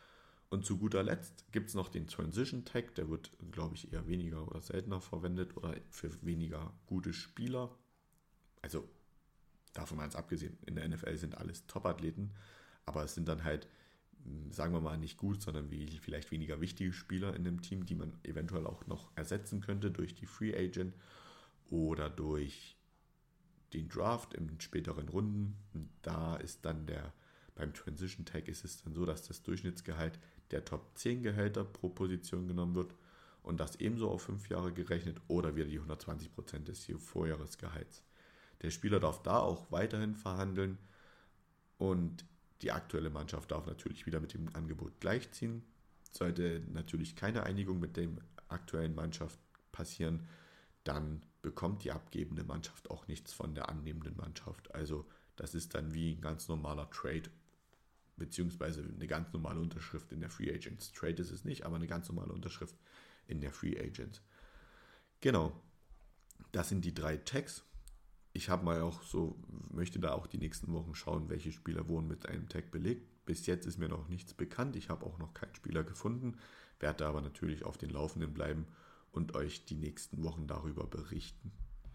Und zu guter Letzt gibt es noch den Transition Tag, der wird, glaube ich, eher weniger oder seltener verwendet oder für weniger gute Spieler. Also davon mal ganz abgesehen, in der N F L sind alles Top-Athleten, aber es sind dann halt, sagen wir mal, nicht gut, sondern wie, vielleicht weniger wichtige Spieler in dem Team, die man eventuell auch noch ersetzen könnte durch die Free Agent oder durch den Draft in den späteren Runden. Und da ist dann der, beim Transition Tag ist es dann so, dass das Durchschnittsgehalt der Top zehn Gehälter pro Position genommen wird und das ebenso auf fünf Jahre gerechnet oder wieder die hundertzwanzig Prozent des Vorjahresgehalts. Der Spieler darf da auch weiterhin verhandeln und die aktuelle Mannschaft darf natürlich wieder mit dem Angebot gleichziehen. Sollte natürlich keine Einigung mit der aktuellen Mannschaft passieren, dann bekommt die abgebende Mannschaft auch nichts von der annehmenden Mannschaft. Also das ist dann wie ein ganz normaler Trade, beziehungsweise eine ganz normale Unterschrift in der Free Agents. Trade ist es nicht, aber eine ganz normale Unterschrift in der Free Agents. Genau, das sind die drei Tags. Ich habe mal auch so, möchte da auch die nächsten Wochen schauen, welche Spieler wurden mit einem Tag belegt. Bis jetzt ist mir noch nichts bekannt. Ich habe auch noch keinen Spieler gefunden, werde aber natürlich auf den Laufenden bleiben und euch die nächsten Wochen darüber berichten.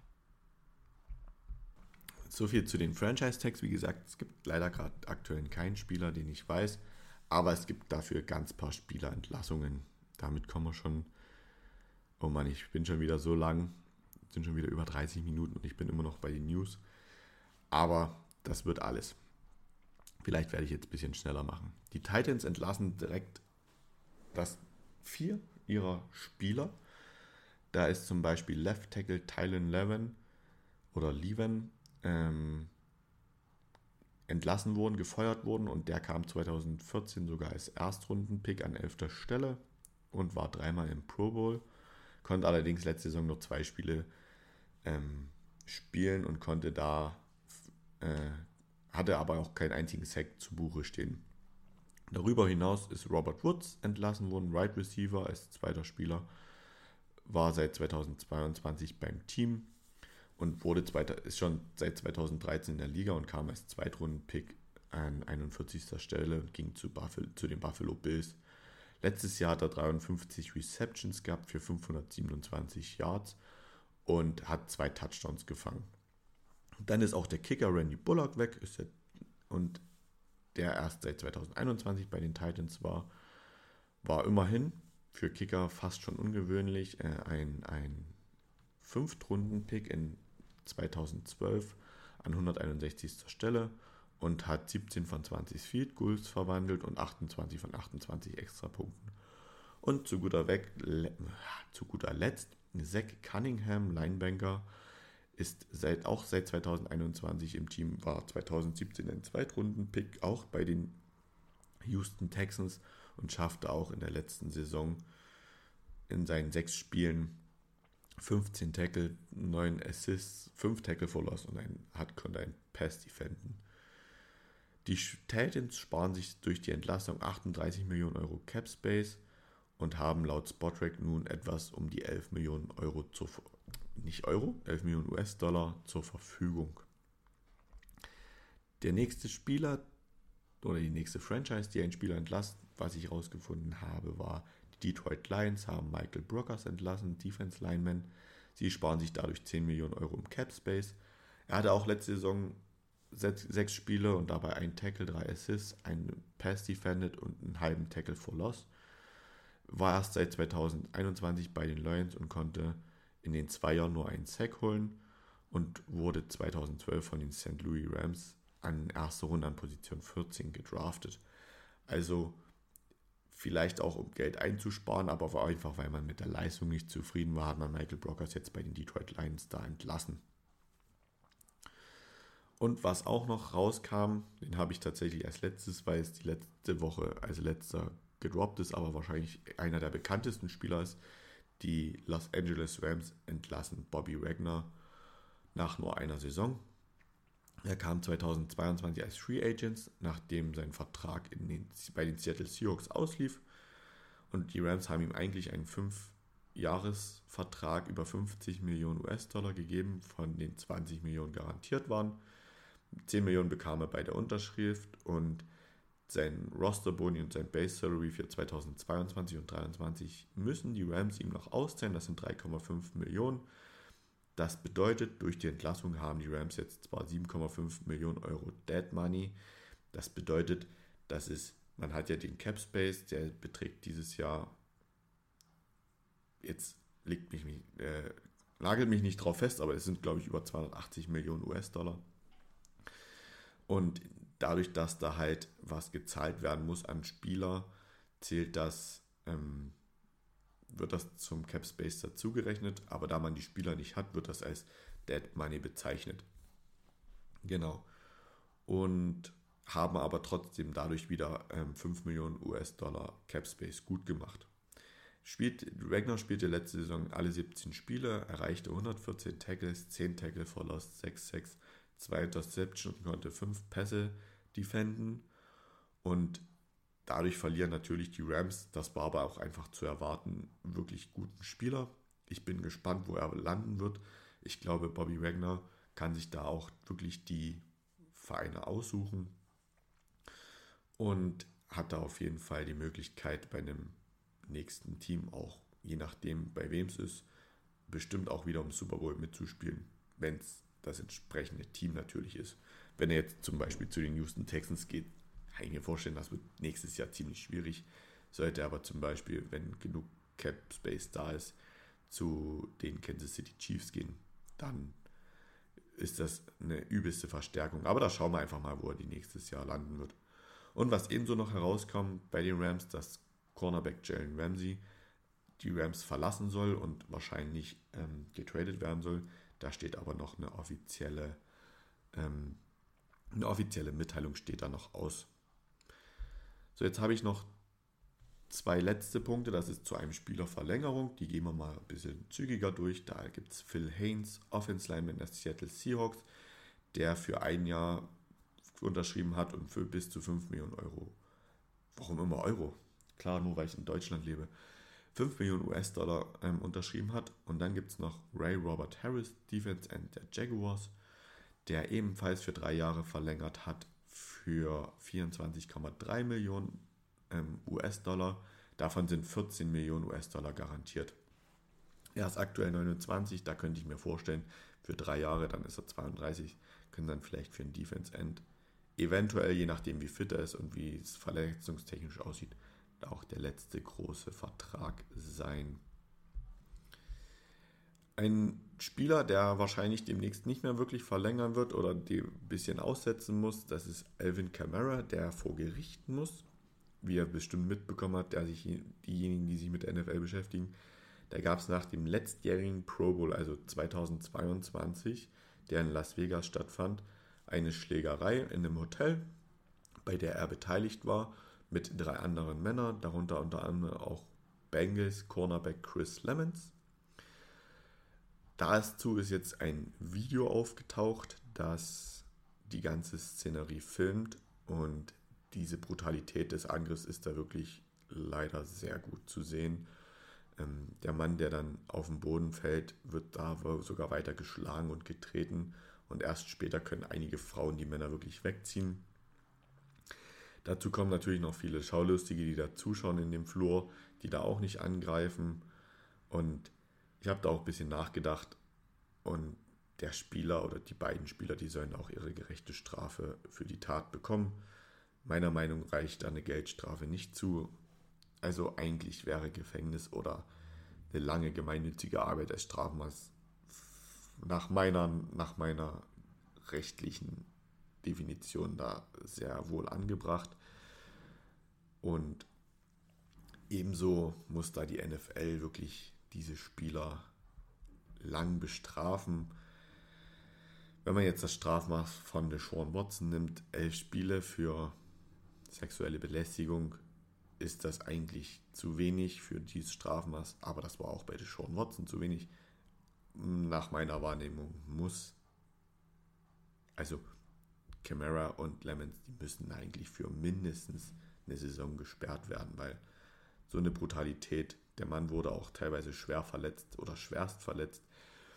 So viel zu den Franchise-Tags. Wie gesagt, es gibt leider gerade aktuell keinen Spieler, den ich weiß, aber es gibt dafür ganz paar Spielerentlassungen. Damit kommen wir schon, oh Mann, ich bin schon wieder so lang, sind schon wieder über dreißig Minuten und ich bin immer noch bei den News. Aber das wird alles. Vielleicht werde ich jetzt ein bisschen schneller machen. Die Titans entlassen direkt das vier ihrer Spieler. Da ist zum Beispiel Left Tackle Tylen Levin oder Leven ähm, entlassen worden, gefeuert worden und der kam zwanzig vierzehn sogar als Erstrunden-Pick an elfter Stelle und war dreimal im Pro Bowl, konnte allerdings letzte Saison nur zwei Spiele ähm, spielen und konnte da, äh, hatte aber auch keinen einzigen Sack zu Buche stehen. Darüber hinaus ist Robert Woods entlassen worden, Right Receiver als zweiter Spieler, war seit zweitausendzweiundzwanzig beim Team und wurde zweiter, ist schon seit zweitausenddreizehn in der Liga und kam als Zweitrunden-Pick an einundvierzigster Stelle und ging zu, Buffalo, zu den Buffalo Bills. Letztes Jahr hat er dreiundfünfzig Receptions gehabt für fünfhundertsiebenundzwanzig Yards und hat zwei Touchdowns gefangen. Dann ist auch der Kicker Randy Bullock weg ist der, und der erst seit zweitausendeinundzwanzig bei den Titans war, war immerhin für Kicker fast schon ungewöhnlich äh, ein, ein Fünftrunden-Pick in zweitausendzwölf an hunderteinundsechzigster Stelle und hat siebzehn von zwanzig Field Goals verwandelt und achtundzwanzig von achtundzwanzig Extrapunkten. Und zu guter, Weg, le, zu guter Letzt Zach Cunningham, Linebacker, ist seit, auch seit zweitausendeinundzwanzig im Team, war zweitausendsiebzehn ein Zweitrunden-Pick, auch bei den Houston Texans und schaffte auch in der letzten Saison in seinen sechs Spielen fünfzehn Tackle, neun Assists, fünf Tackle for Loss und ein, hat, konnte ein Pass defenden. Die Titans sparen sich durch die Entlassung achtunddreißig Millionen Euro Cap Space und haben laut Spotrac nun etwas um die elf Millionen Euro zur nicht Euro, elf Millionen U S-Dollar zur Verfügung. Der nächste Spieler oder die nächste Franchise, die einen Spieler entlässt, was ich herausgefunden habe, war die Detroit Lions, haben Michael Brockers entlassen, Defense Lineman. Sie sparen sich dadurch zehn Millionen Euro im Cap Space. Er hatte auch letzte Saison sechs, sechs Spiele und dabei ein Tackle, drei Assists, einen Pass defended und einen halben Tackle for Loss. War erst seit zweitausendeinundzwanzig bei den Lions und konnte in den zwei Jahren nur einen Sack holen und wurde zweitausendzwölf von den Saint Louis Rams an erster Runde an Position vierzehn gedraftet. Also vielleicht auch um Geld einzusparen, aber war einfach, weil man mit der Leistung nicht zufrieden war, hat man Michael Brockers jetzt bei den Detroit Lions da entlassen. Und was auch noch rauskam, den habe ich tatsächlich als letztes, weil es die letzte Woche als letzter gedroppt ist, aber wahrscheinlich einer der bekanntesten Spieler ist, die Los Angeles Rams entlassen Bobby Wagner nach nur einer Saison. Er kam zweitausendzweiundzwanzig als Free Agent, nachdem sein Vertrag in den, bei den Seattle Seahawks auslief. Und die Rams haben ihm eigentlich einen fünf Jahres Vertrag über fünfzig Millionen U S-Dollar gegeben, von den zwanzig Millionen garantiert waren. zehn Millionen bekam er bei der Unterschrift und sein Roster-Boni und sein Base-Salary für zweitausendzweiundzwanzig und zweitausenddreiundzwanzig müssen die Rams ihm noch auszahlen. Das sind drei Komma fünf Millionen. Das bedeutet, durch die Entlassung haben die Rams jetzt zwar sieben Komma fünf Millionen Euro Dead Money. Das bedeutet, dass es, man hat ja den Cap Space, der beträgt dieses Jahr, jetzt liegt mich, äh, nagelt mich nicht drauf fest, aber es sind, glaube ich, über zweihundertachtzig Millionen U S-Dollar. Und dadurch, dass da halt was gezahlt werden muss an Spieler, zählt das, ähm, wird das zum Cap Space dazugerechnet, aber da man die Spieler nicht hat, wird das als Dead Money bezeichnet. Genau. Und haben aber trotzdem dadurch wieder ähm, fünf Millionen U S-Dollar Cap Space gut gemacht. Spielt, Wagner spielte letzte Saison alle siebzehn Spiele, erreichte hundertvierzehn Tackles, zehn Tackle for Loss, sechs Sacks, zwei Interceptions und konnte fünf Pässe defenden. Und dadurch verlieren natürlich die Rams, das war aber auch einfach zu erwarten, wirklich guten Spieler. Ich bin gespannt, wo er landen wird. Ich glaube, Bobby Wagner kann sich da auch wirklich die Vereine aussuchen und hat da auf jeden Fall die Möglichkeit, bei einem nächsten Team auch, je nachdem bei wem es ist, bestimmt auch wieder um Super Bowl mitzuspielen, wenn es das entsprechende Team natürlich ist. Wenn er jetzt zum Beispiel zu den Houston Texans geht, kann ich mir vorstellen, das wird nächstes Jahr ziemlich schwierig. Sollte aber zum Beispiel, wenn genug Cap Space da ist, zu den Kansas City Chiefs gehen, dann ist das eine übelste Verstärkung. Aber da schauen wir einfach mal, wo er die nächstes Jahr landen wird. Und was ebenso noch herauskam bei den Rams, dass Cornerback Jalen Ramsey die Rams verlassen soll und wahrscheinlich ähm, getradet werden soll. Da steht aber noch eine offizielle, ähm, eine offizielle Mitteilung steht da noch aus. So, jetzt habe ich noch zwei letzte Punkte. Das ist zu einem Spielerverlängerung. Die gehen wir mal ein bisschen zügiger durch. Da gibt es Phil Haynes, Offense Lineman der Seattle Seahawks, der für ein Jahr unterschrieben hat und für bis zu fünf Millionen Euro. Warum immer Euro? Klar, nur weil ich in Deutschland lebe. fünf Millionen U S-Dollar ähm, unterschrieben hat. Und dann gibt es noch Ray Robert Harris, Defense End der Jaguars, der ebenfalls für drei Jahre verlängert hat für vierundzwanzig Komma drei Millionen ähm, U S-Dollar. Davon sind vierzehn Millionen U S-Dollar garantiert. Er ist aktuell neunundzwanzig, da könnte ich mir vorstellen, für drei Jahre, dann ist er zweiunddreißig, können dann vielleicht für einen Defense End eventuell, je nachdem wie fit er ist und wie es verletzungstechnisch aussieht, auch der letzte große Vertrag sein. Ein Spieler, der wahrscheinlich demnächst nicht mehr wirklich verlängern wird oder die ein bisschen aussetzen muss, das ist Alvin Kamara, der vor Gericht muss, wie er bestimmt mitbekommen hat, der sich diejenigen, die sich mit der N F L beschäftigen, da gab es nach dem letztjährigen Pro Bowl, also zweitausendzweiundzwanzig, der in Las Vegas stattfand, eine Schlägerei in einem Hotel, bei der er beteiligt war, mit drei anderen Männern, darunter unter anderem auch Bengals Cornerback Chris Lemons. Dazu ist jetzt ein Video aufgetaucht, das die ganze Szenerie filmt und diese Brutalität des Angriffs ist da wirklich leider sehr gut zu sehen. Ähm, der Mann, der dann auf den Boden fällt, wird da sogar weiter geschlagen und getreten und erst später können einige Frauen die Männer wirklich wegziehen. Dazu kommen natürlich noch viele Schaulustige, die da zuschauen in dem Flur, die da auch nicht angreifen. Und ich habe da auch ein bisschen nachgedacht. Und der Spieler oder die beiden Spieler, die sollen auch ihre gerechte Strafe für die Tat bekommen. Meiner Meinung nach reicht da eine Geldstrafe nicht zu. Also eigentlich wäre Gefängnis oder eine lange gemeinnützige Arbeit als Strafmaß nach meiner, nach meiner rechtlichen Definition da sehr wohl angebracht. Und ebenso muss da die N F L wirklich diese Spieler lang bestrafen. Wenn man jetzt das Strafmaß von Deshaun Watson nimmt, elf Spiele für sexuelle Belästigung, ist das eigentlich zu wenig für dieses Strafmaß, aber das war auch bei Deshaun Watson zu wenig. Nach meiner Wahrnehmung muss, also Kamara und Lemons, die müssen eigentlich für mindestens eine Saison gesperrt werden, weil so eine Brutalität, der Mann wurde auch teilweise schwer verletzt oder schwerst verletzt.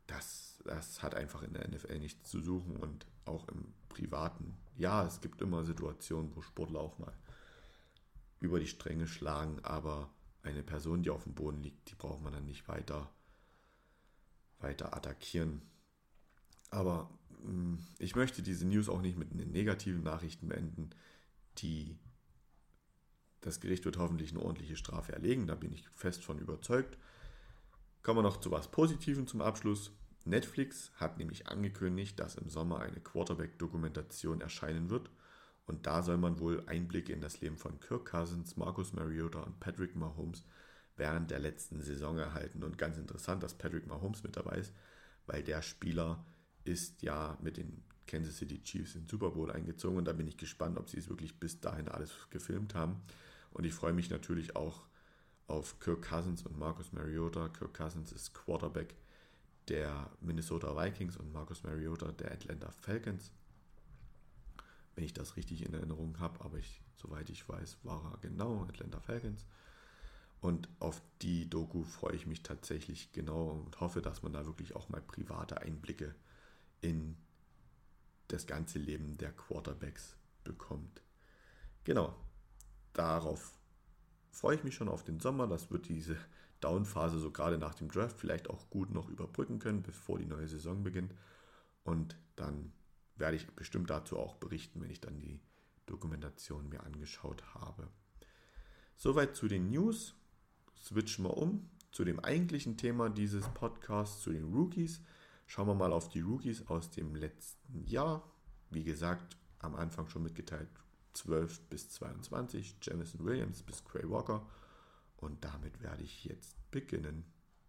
das, das hat einfach in der N F L nichts zu suchen und auch im Privaten. Ja, es gibt immer Situationen, wo Sportler auch mal über die Stränge schlagen, aber eine Person, die auf dem Boden liegt, die braucht man dann nicht weiter, weiter attackieren. Aber mh, ich möchte diese News auch nicht mit den negativen Nachrichten beenden. Die, das Gericht wird hoffentlich eine ordentliche Strafe erlegen, da bin ich fest von überzeugt. Kommen wir noch zu was Positivem zum Abschluss. Netflix hat nämlich angekündigt, dass im Sommer eine Quarterback-Dokumentation erscheinen wird. Und da soll man wohl Einblicke in das Leben von Kirk Cousins, Marcus Mariota und Patrick Mahomes während der letzten Saison erhalten. Und ganz interessant, dass Patrick Mahomes mit dabei ist, weil der Spieler ist ja mit den Kansas City Chiefs in den Super Bowl eingezogen. Und da bin ich gespannt, ob sie es wirklich bis dahin alles gefilmt haben. Und ich freue mich natürlich auch auf Kirk Cousins und Marcus Mariota. Kirk Cousins ist Quarterback der Minnesota Vikings und Marcus Mariota der Atlanta Falcons. Wenn ich das richtig in Erinnerung habe, aber ich, soweit ich weiß, war er genau Atlanta Falcons. Und auf die Doku freue ich mich tatsächlich genau und hoffe, dass man da wirklich auch mal private Einblicke in das ganze Leben der Quarterbacks bekommt. Genau, darauf freue ich mich schon auf den Sommer. Das wird diese Down-Phase so gerade nach dem Draft vielleicht auch gut noch überbrücken können, bevor die neue Saison beginnt. Und dann werde ich bestimmt dazu auch berichten, wenn ich dann die Dokumentation mir angeschaut habe. Soweit zu den News. Switchen wir um zu dem eigentlichen Thema dieses Podcasts, zu den Rookies. Schauen wir mal auf die Rookies aus dem letzten Jahr. Wie gesagt, am Anfang schon mitgeteilt, zwölf bis zweiundzwanzig, Jameson Williams bis Quay Walker. Und damit werde ich jetzt beginnen.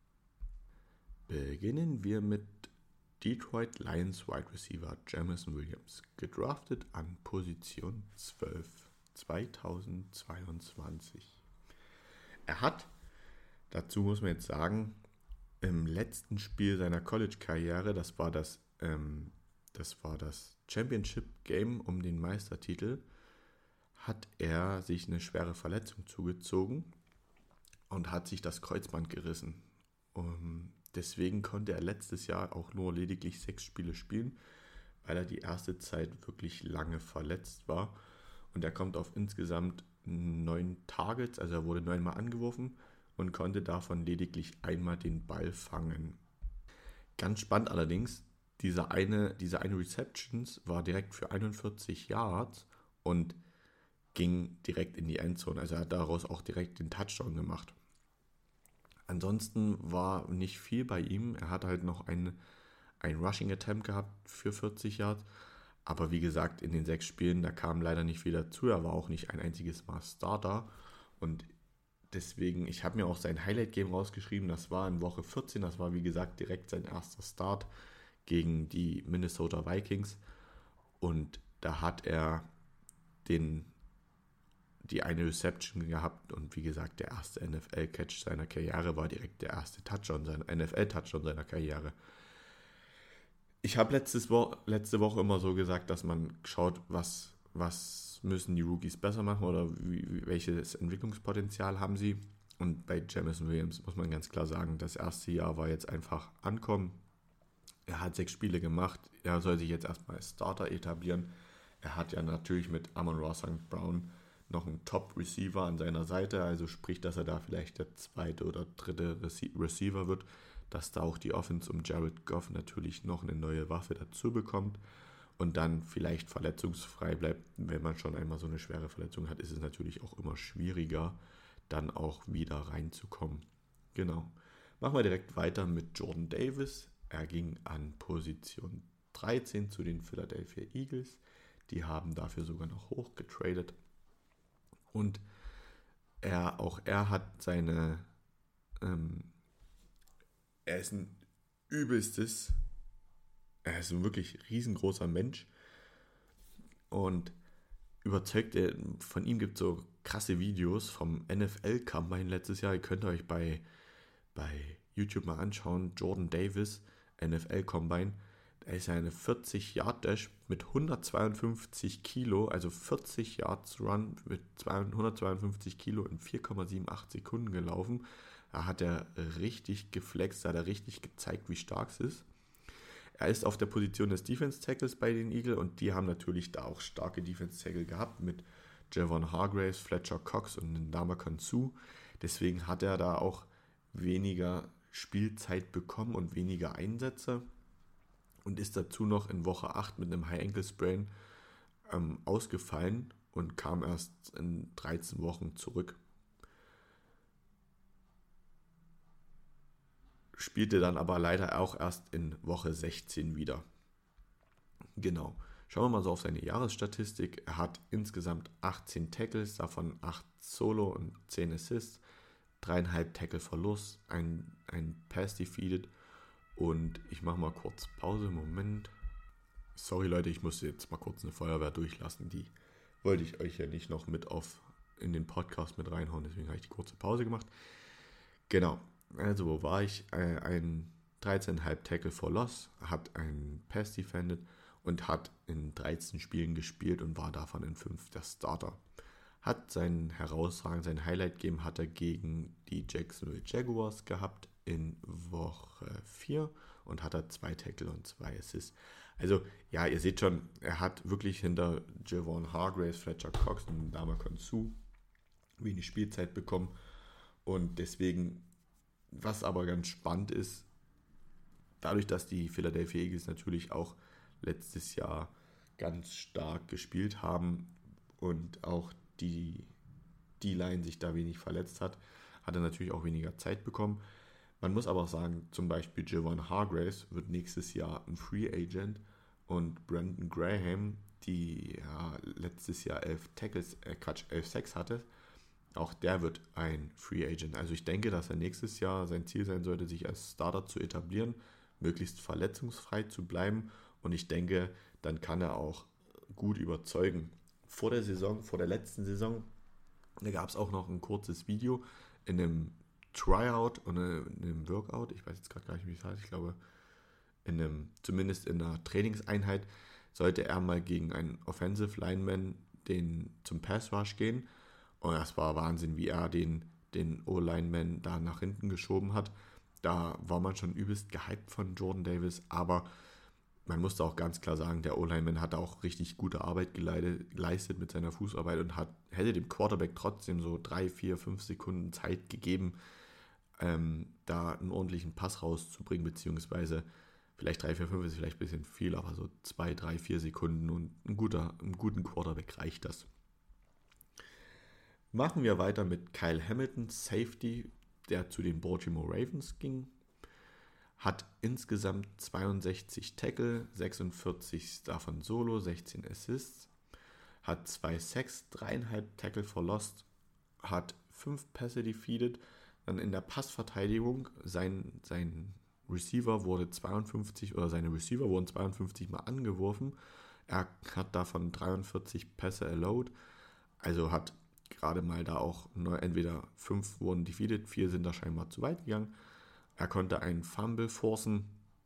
Beginnen wir mit Detroit Lions Wide Receiver Jameson Williams, gedraftet an Position zwölf, zweitausendzweiundzwanzig. Er hat, dazu muss man jetzt sagen, im letzten Spiel seiner College-Karriere, das war das, ähm, das war das Championship-Game um den Meistertitel, hat er sich eine schwere Verletzung zugezogen und hat sich das Kreuzband gerissen. Um, deswegen konnte er letztes Jahr auch nur lediglich sechs Spiele spielen, weil er die erste Zeit wirklich lange verletzt war. Und er kommt auf insgesamt neun Targets, also er wurde neunmal angeworfen und konnte davon lediglich einmal den Ball fangen. Ganz spannend allerdings, diese eine, diese eine Receptions war direkt für einundvierzig Yards und ging direkt in die Endzone. Also er hat daraus auch direkt den Touchdown gemacht. Ansonsten war nicht viel bei ihm. Er hat halt noch ein, ein Rushing Attempt gehabt für vierzig Yards. Aber wie gesagt, in den sechs Spielen, da kam leider nicht viel dazu. Er war auch nicht ein einziges Mal Starter. Und deswegen, ich habe mir auch sein Highlight-Game rausgeschrieben. Das war in Woche vierzehn. Das war, wie gesagt, direkt sein erster Start gegen die Minnesota Vikings. Und da hat er den, die eine Reception gehabt. Und wie gesagt, der erste N F L-Catch seiner Karriere war direkt der erste Touchdown, sein N F L-Touchdown seiner Karriere. Ich habe letztes Wo- letzte Woche immer so gesagt, dass man schaut, was, was müssen die Rookies besser machen oder wie, welches Entwicklungspotenzial haben sie. Und bei Jameson Williams muss man ganz klar sagen, das erste Jahr war jetzt einfach ankommen. Er hat sechs Spiele gemacht. Er soll sich jetzt erstmal als Starter etablieren. Er hat ja natürlich mit Amon-Ra Sankt Brown noch einen Top-Receiver an seiner Seite. Also sprich, dass er da vielleicht der zweite oder dritte Rece- Receiver wird. Dass da auch die Offense um Jared Goff natürlich noch eine neue Waffe dazu bekommt und dann vielleicht verletzungsfrei bleibt. Wenn man schon einmal so eine schwere Verletzung hat, ist es natürlich auch immer schwieriger, dann auch wieder reinzukommen. Genau. Machen wir direkt weiter mit Jordan Davis. Er ging an Position dreizehn zu den Philadelphia Eagles. Die haben dafür sogar noch hochgetradet. Und er, auch er hat seine... Ähm, Er ist ein übelstes, er ist ein wirklich riesengroßer Mensch und überzeugt, er, von ihm gibt es so krasse Videos vom N F L-Combine letztes Jahr. Ihr könnt euch bei, bei YouTube mal anschauen, Jordan Davis, N F L-Combine. Da ist ja eine vierzig-Yard-Dash mit hundertzweiundfünfzig Kilo, also vierzig Yards Run mit hundertzweiundfünfzig Kilo in vier Komma acht sieben Sekunden gelaufen. Da hat er richtig geflext, da hat er richtig gezeigt, wie stark es ist. Er ist auf der Position des Defense-Tackles bei den Eagles und die haben natürlich da auch starke Defense-Tackle gehabt mit Javon Hargraves, Fletcher Cox und Ndamukong Suh. Deswegen hat er da auch weniger Spielzeit bekommen und weniger Einsätze und ist dazu noch in Woche acht mit einem High Ankle Sprain ähm, ausgefallen und kam erst in dreizehn Wochen zurück. Spielte dann aber leider auch erst in Woche sechzehn wieder. Genau. Schauen wir mal so auf seine Jahresstatistik. Er hat insgesamt achtzehn Tackles, davon acht Solo und zehn Assists, dreieinhalb Tackle Verlust, ein, ein Pass defeated und ich mache mal kurz Pause, Moment. Sorry Leute, ich musste jetzt mal kurz eine Feuerwehr durchlassen, die wollte ich euch ja nicht noch mit auf in den Podcast mit reinhauen, deswegen habe ich die kurze Pause gemacht. Genau, also wo war ich? Ein dreizehn Komma fünf Tackle for Loss, hat einen Pass defended und hat in dreizehn Spielen gespielt und war davon in fünf der Starter. Hat seinen herausragenden, sein Highlight-Game hat er gegen die Jacksonville Jaguars gehabt in Woche vier und hat er zwei Tackle und zwei Assists. Also ja, ihr seht schon, er hat wirklich hinter Javon Hargraves, Fletcher Cox und Ndamukong Suh wenig Spielzeit bekommen und deswegen, was aber ganz spannend ist, dadurch, dass die Philadelphia Eagles natürlich auch letztes Jahr ganz stark gespielt haben und auch die D-Line sich da wenig verletzt hat, hat er natürlich auch weniger Zeit bekommen. Man muss aber auch sagen, zum Beispiel Javon Hargraves wird nächstes Jahr ein Free Agent und Brandon Graham, die ja letztes Jahr elf Tackles, äh Quatsch, elf Sacks hatte, auch der wird ein Free Agent. Also ich denke, dass er nächstes Jahr sein Ziel sein sollte, sich als Starter zu etablieren, möglichst verletzungsfrei zu bleiben und ich denke, dann kann er auch gut überzeugen. Vor der Saison, vor der letzten Saison, da gab es auch noch ein kurzes Video in einem Tryout und in einem Workout, ich weiß jetzt gerade gar nicht, wie es heißt, ich glaube, in einem, zumindest in einer Trainingseinheit, sollte er mal gegen einen Offensive Lineman den, zum Pass Rush gehen und das war Wahnsinn, wie er den, den O-Lineman da nach hinten geschoben hat. Da war man schon übelst gehypt von Jordan Davis, aber man musste auch ganz klar sagen, der O-Lineman hat auch richtig gute Arbeit geleistet mit seiner Fußarbeit und hat, hätte dem Quarterback trotzdem so drei, vier, fünf Sekunden Zeit gegeben, ähm, da einen ordentlichen Pass rauszubringen, beziehungsweise vielleicht drei, vier, fünf ist vielleicht ein bisschen viel, aber so zwei, drei, vier Sekunden und ein guter, einem guten Quarterback reicht das. Machen wir weiter mit Kyle Hamilton, Safety, der zu den Baltimore Ravens ging. Hat insgesamt zweiundsechzig Tackle, sechsundvierzig davon Solo, sechzehn Assists, hat zwei Sacks, dreieinhalb Tackle for Lost, hat fünf Pässe defeated, dann in der Passverteidigung, sein, sein Receiver wurde zweiundfünfzig, oder seine Receiver wurden zweiundfünfzig Mal angeworfen, er hat davon dreiundvierzig Pässe allowed, also hat gerade mal da auch nur, entweder fünf wurden defeated, vier sind da scheinbar zu weit gegangen. Er konnte einen Fumble forcen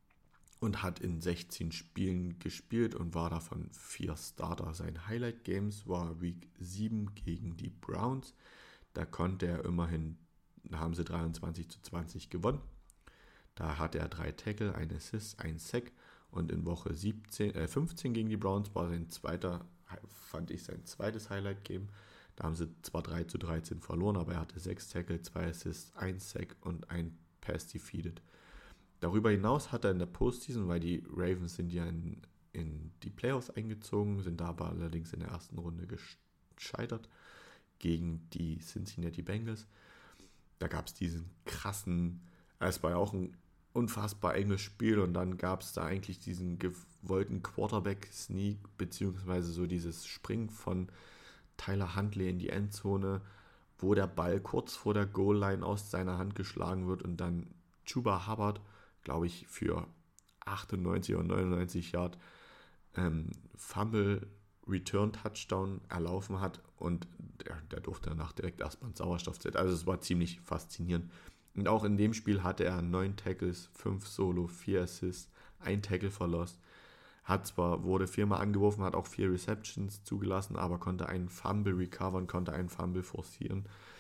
und hat in sechzehn Spielen gespielt und war davon vier Starter. Sein Highlight Games war Week sieben gegen die Browns. Da konnte er immerhin, da haben sie dreiundzwanzig zu zwanzig gewonnen. Da hatte er drei Tackle, ein Assist, ein Sack und in Woche siebzehn, äh fünfzehn gegen die Browns war sein zweiter, fand ich sein zweites Highlight Game. Da haben sie zwar drei zu dreizehn verloren, aber er hatte sechs Tackle, zwei Assists, ein Sack und ein Pass defeated. Darüber hinaus hat er in der Postseason, weil die Ravens sind ja in, in die Playoffs eingezogen, sind da aber allerdings in der ersten Runde gescheitert gegen die Cincinnati Bengals. Da gab es diesen krassen, es war ja auch ein unfassbar enges Spiel und dann gab es da eigentlich diesen gewollten Quarterback-Sneak, beziehungsweise so dieses Springen von Tyler Huntley in die Endzone, wo der Ball kurz vor der Goal-Line aus seiner Hand geschlagen wird und dann Chuba Hubbard, glaube ich, für achtundneunzig oder neunundneunzig Yard ähm, Fumble Return Touchdown erlaufen hat und der, der durfte danach direkt erstmal ins Sauerstoffzelt. Also es war ziemlich faszinierend. Und auch in dem Spiel hatte er neun Tackles, fünf Solo, vier Assists, ein Tackle verlost. Hat zwar, wurde viermal angeworfen, hat auch vier Receptions zugelassen, aber konnte einen Fumble recovern, konnte einen Fumble forcieren.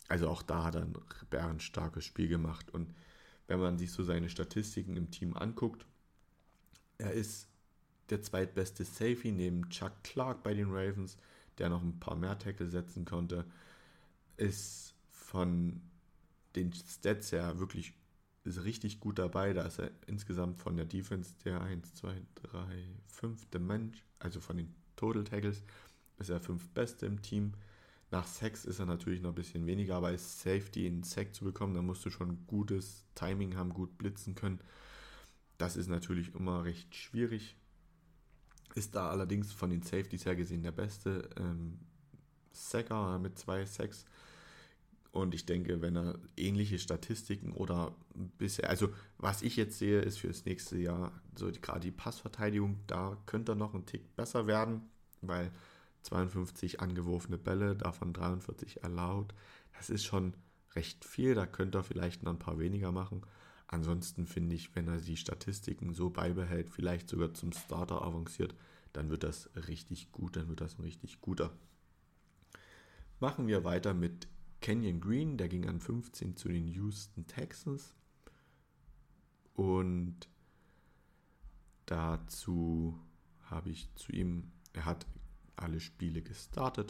Also auch da hat er ein bärenstarkes Spiel gemacht. Und wenn man sich so seine Statistiken im Team anguckt, er ist der zweitbeste Safety neben Chuck Clark bei den Ravens, der noch ein paar mehr Tackle setzen konnte, ist von den Stats her wirklich ist richtig gut dabei. Da ist er insgesamt von der Defense der eins, zwei, drei, fünfte Mensch, also von den Total Tackles ist er fünf Beste im Team. Nach Sacks ist er natürlich noch ein bisschen weniger, aber als Safety einen Sack zu bekommen, da musst du schon gutes Timing haben, gut blitzen können. Das ist natürlich immer recht schwierig. Ist da allerdings von den Safeties her gesehen der beste ähm, Sacker mit zwei Sacks. Und ich denke, wenn er ähnliche Statistiken oder bisher, also was ich jetzt sehe, ist für das nächste Jahr, so die, gerade die Passverteidigung, da könnte er noch einen Tick besser werden, weil zweiundfünfzig angeworfene Bälle, davon dreiundvierzig erlaubt, das ist schon recht viel, da könnte er vielleicht noch ein paar weniger machen. Ansonsten finde ich, wenn er die Statistiken so beibehält, vielleicht sogar zum Starter avanciert, dann wird das richtig gut, dann wird das ein richtig guter. Machen wir weiter mit Kenyon Green, der ging an fünfzehn zu den Houston Texans und dazu habe ich zu ihm, er hat alle Spiele gestartet,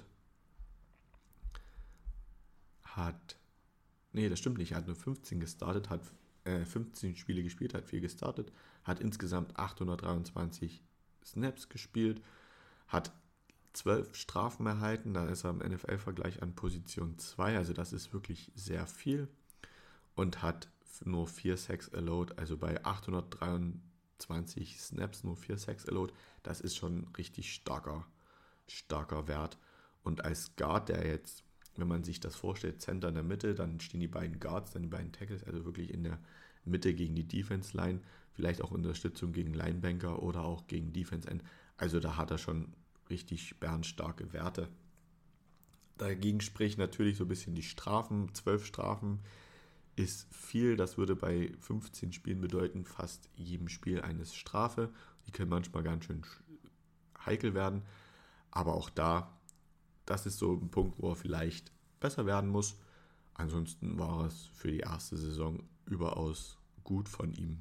hat, nee, das stimmt nicht, er hat nur fünfzehn gestartet, hat äh, fünfzehn Spiele gespielt, hat vier gestartet, hat insgesamt achthundertdreiundzwanzig Snaps gespielt, hat zwölf Strafen erhalten, da ist er im N F L-Vergleich an Position zwei, also das ist wirklich sehr viel und hat nur vier Sacks allowed, also bei achthundertdreiundzwanzig Snaps nur vier Sacks allowed, das ist schon richtig starker starker Wert. Und als Guard, der jetzt, wenn man sich das vorstellt, Center in der Mitte, dann stehen die beiden Guards, dann die beiden Tackles, also wirklich in der Mitte gegen die Defense-Line, vielleicht auch Unterstützung gegen Linebanker oder auch gegen Defense-End. Also da hat er schon richtig bärenstarke Werte. Dagegen spricht natürlich so ein bisschen die Strafen. zwölf Strafen ist viel, das würde bei fünfzehn Spielen bedeuten, fast jedem Spiel eine Strafe. Die können manchmal ganz schön heikel werden. Aber auch da, das ist so ein Punkt, wo er vielleicht besser werden muss. Ansonsten war es für die erste Saison überaus gut von ihm.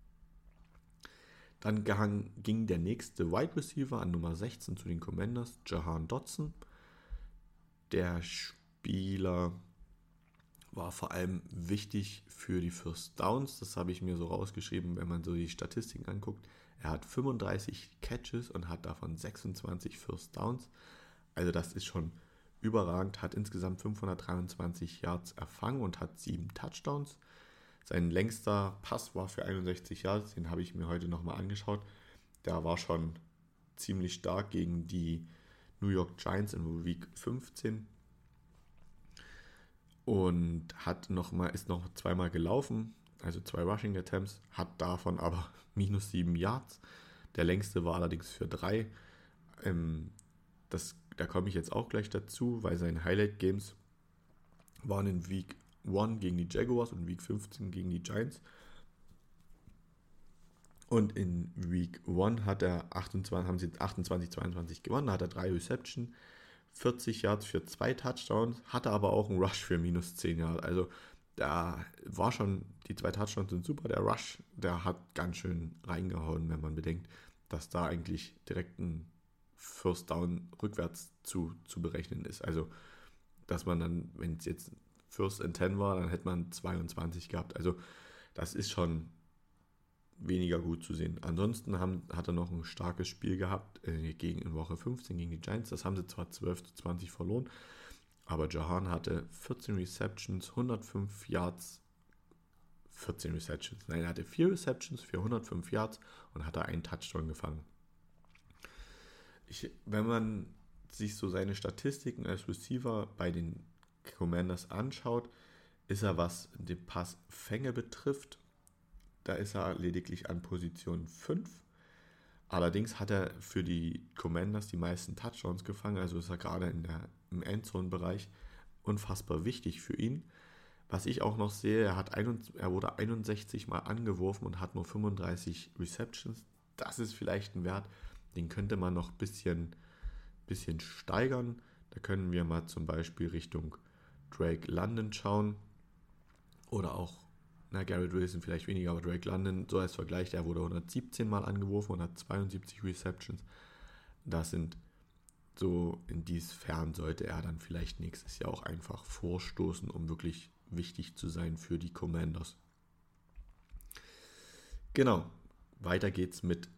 Dann ging der nächste Wide Receiver an Nummer sechzehn zu den Commanders, Jahan Dotson. Der Spieler war vor allem wichtig für die First Downs. Das habe ich mir so rausgeschrieben, wenn man so die Statistiken anguckt. Er hat fünfunddreißig Catches und hat davon sechsundzwanzig First Downs. Also das ist schon überragend. Hat insgesamt fünfhundertdreiundzwanzig Yards erfangen und hat sieben Touchdowns. Sein längster Pass war für einundsechzig Yards. Den habe ich mir heute nochmal angeschaut. Der war schon ziemlich stark gegen die New York Giants in Week fünfzehn. Und hat noch mal, ist noch zweimal gelaufen. Also zwei Rushing Attempts, hat davon aber minus sieben Yards. Der längste war allerdings für drei. Ähm, das, da komme ich jetzt auch gleich dazu, weil seine Highlight Games waren in Week eins gegen die Jaguars und Week fünfzehn gegen die Giants. Und in Week eins hat er achtundzwanzig, haben sie achtundzwanzig zweiundzwanzig gewonnen, da hat er drei Reception, vierzig Yards für zwei Touchdowns, hatte aber auch einen Rush für minus zehn Yards. Also da war schon, die zwei Touchdowns sind super, der Rush, der hat ganz schön reingehauen, wenn man bedenkt, dass da eigentlich direkt ein First Down rückwärts zu, zu berechnen ist. Also, dass man dann, wenn es jetzt First and Ten war, dann hätte man zweiundzwanzig gehabt. Also, das ist schon weniger gut zu sehen. Ansonsten haben, hat er noch ein starkes Spiel gehabt äh, gegen in Woche fünfzehn gegen die Giants. Das haben sie zwar zwölf zu zwanzig verloren, aber Jahan hatte vierzehn Receptions, hundertfünf Yards, vierzehn Receptions, nein, er hatte vier Receptions für hundertfünf Yards und hatte einen Touchdown gefangen. Ich, wenn man sich so seine Statistiken als Receiver bei den Commanders anschaut, ist er, was die Passfänge betrifft, da ist er lediglich an Position fünf. Allerdings hat er für die Commanders die meisten Touchdowns gefangen, also ist er gerade in der, im Endzone-Bereich unfassbar wichtig für ihn. Was ich auch noch sehe, er, hat ein, er wurde einundsechzig Mal angeworfen und hat nur fünfunddreißig Receptions. Das ist vielleicht ein Wert, den könnte man noch ein bisschen, bisschen steigern. Da können wir mal zum Beispiel Richtung Drake London schauen oder auch, na, Garrett Wilson vielleicht weniger, aber Drake London, so als Vergleich, der wurde hundertsiebzehn Mal angeworfen und hat zweiundsiebzig Receptions. Das sind so, inwiefern sollte er dann vielleicht nächstes Jahr auch einfach vorstoßen, um wirklich wichtig zu sein für die Commanders. Genau, weiter geht's mit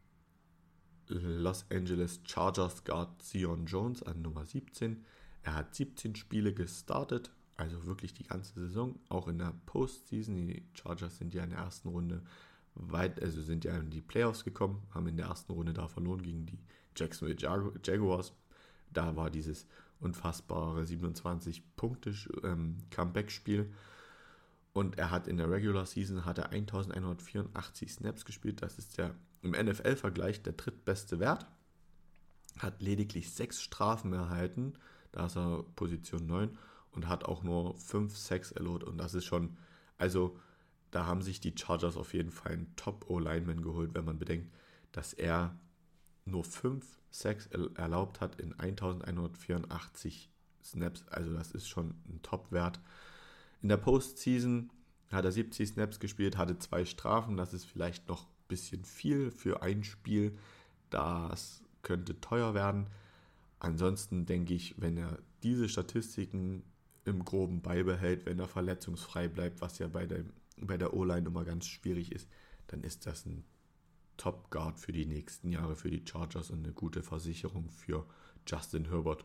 Los Angeles Chargers Guard Zion Jones an Nummer siebzehn. Er hat siebzehn Spiele gestartet, also wirklich die ganze Saison, auch in der Postseason. Die Chargers sind ja in der ersten Runde weit, also sind ja in die Playoffs gekommen, haben in der ersten Runde da verloren gegen die Jacksonville Jag- Jaguars. Da war dieses unfassbare siebenundzwanzig-Punkte-Comeback-Spiel. Und er hat in der Regular Season hat er elfhundertvierundachtzig Snaps gespielt. Das ist der im N F L-Vergleich der drittbeste Wert. Hat lediglich sechs Strafen erhalten. Da ist er Position neun und hat auch nur fünf Sacks erlaubt. Und das ist schon, also da haben sich die Chargers auf jeden Fall einen Top-O-Lineman geholt, wenn man bedenkt, dass er nur fünf Sacks erlaubt hat in elfhundertvierundachtzig Snaps. Also das ist schon ein Top-Wert. In der Postseason hat er siebzig Snaps gespielt, hatte zwei Strafen. Das ist vielleicht noch ein bisschen viel für ein Spiel. Das könnte teuer werden. Ansonsten denke ich, wenn er diese Statistiken im Groben beibehält, wenn er verletzungsfrei bleibt, was ja bei der, bei der O-Line immer ganz schwierig ist, dann ist das ein Top-Guard für die nächsten Jahre für die Chargers und eine gute Versicherung für Justin Herbert.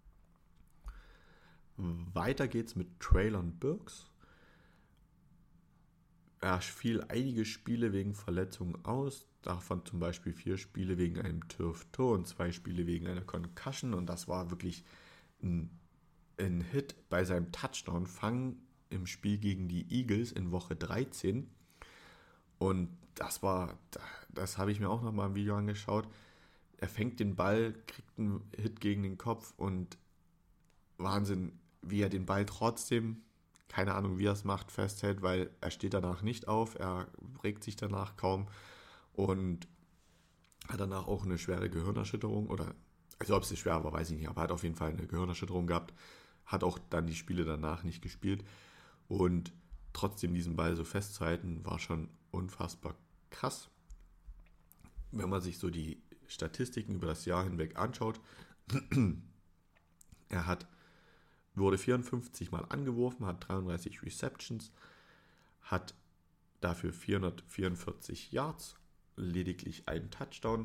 Weiter geht's mit Treylon Burks. Er fiel einige Spiele wegen Verletzungen aus, davon zum Beispiel vier Spiele wegen einem Turf Toe und zwei Spiele wegen einer Concussion, und das war wirklich ein, ein Hit bei seinem Touchdown-Fang im Spiel gegen die Eagles in Woche dreizehn, und das war, das habe ich mir auch nochmal im Video angeschaut. Er fängt den Ball, kriegt einen Hit gegen den Kopf und Wahnsinn, wie er den Ball trotzdem, keine Ahnung wie er es macht, festhält, weil er steht danach nicht auf, er regt sich danach kaum und hat danach auch eine schwere Gehirnerschütterung, oder, also ob es schwer war, weiß ich nicht, aber hat auf jeden Fall eine Gehirnerschütterung gehabt, hat auch dann die Spiele danach nicht gespielt, und trotzdem diesen Ball so festzuhalten, war schon unfassbar krass. Wenn man sich so die Statistiken über das Jahr hinweg anschaut, er hat wurde vierundfünfzig Mal angeworfen, hat dreiunddreißig Receptions, hat dafür vierhundertvierundvierzig Yards, lediglich einen Touchdown,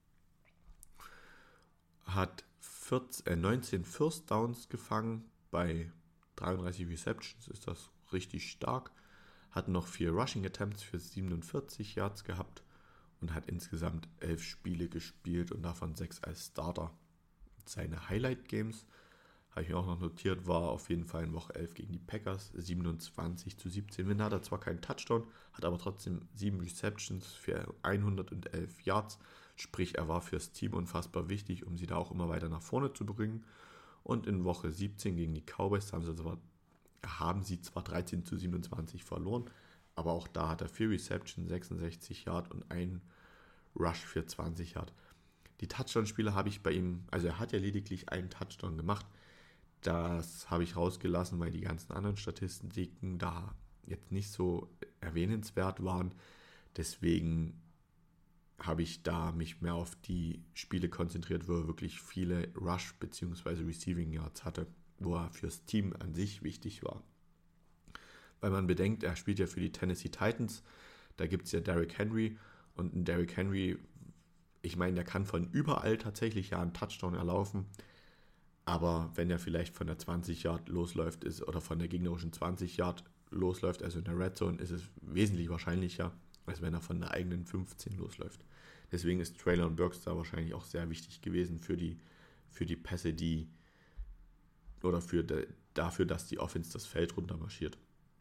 hat vierzehn, äh, neunzehn First Downs gefangen, bei dreiunddreißig Receptions ist das richtig stark, hat noch vier Rushing Attempts für siebenundvierzig Yards gehabt und hat insgesamt elf Spiele gespielt und davon sechs als Starter. Seine Highlight Games, habe ich mir auch noch notiert, war auf jeden Fall in Woche elf gegen die Packers, siebenundzwanzig zu siebzehn. Wenn hat er zwar keinen Touchdown, hat aber trotzdem sieben Receptions für hundertelf Yards. Sprich, er war fürs Team unfassbar wichtig, um sie da auch immer weiter nach vorne zu bringen. Und in Woche siebzehn gegen die Cowboys haben sie zwar, haben sie zwar dreizehn zu siebenundzwanzig verloren, aber auch da hat er vier Receptions, sechsundsechzig Yards und ein Rush für zwanzig Yards. Die Touchdown-Spiele habe ich bei ihm, also er hat ja lediglich einen Touchdown gemacht. Das habe ich rausgelassen, weil die ganzen anderen Statistiken da jetzt nicht so erwähnenswert waren. Deswegen habe ich da mich mehr auf die Spiele konzentriert, wo er wirklich viele Rush- bzw. Receiving Yards hatte, wo er fürs Team an sich wichtig war. Weil man bedenkt, er spielt ja für die Tennessee Titans, da gibt es ja Derrick Henry, und ein Derrick Henry, ich meine, der kann von überall tatsächlich ja einen Touchdown erlaufen. Aber wenn er vielleicht von der zwanzig Yard losläuft ist oder von der gegnerischen zwanzig Yard losläuft, also in der Red Zone, ist es wesentlich wahrscheinlicher, als wenn er von der eigenen fünfzehn losläuft. Deswegen ist Treylon Burks da wahrscheinlich auch sehr wichtig gewesen für die, für die Pässe, die oder für de, dafür, dass die Offense das Feld runter marschiert.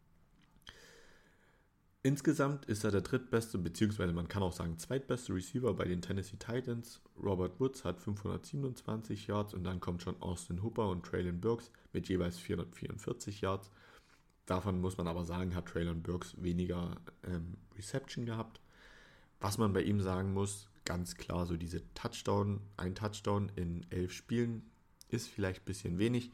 Insgesamt ist er der drittbeste, beziehungsweise man kann auch sagen zweitbeste Receiver bei den Tennessee Titans. Robert Woods hat fünfhundertsiebenundzwanzig Yards und dann kommt schon Austin Hooper und Treylon Burks mit jeweils vierhundertvierundvierzig Yards. Davon muss man aber sagen, hat Treylon Burks weniger ähm, Reception gehabt. Was man bei ihm sagen muss, ganz klar, so diese Touchdown, ein Touchdown in elf Spielen ist vielleicht ein bisschen wenig.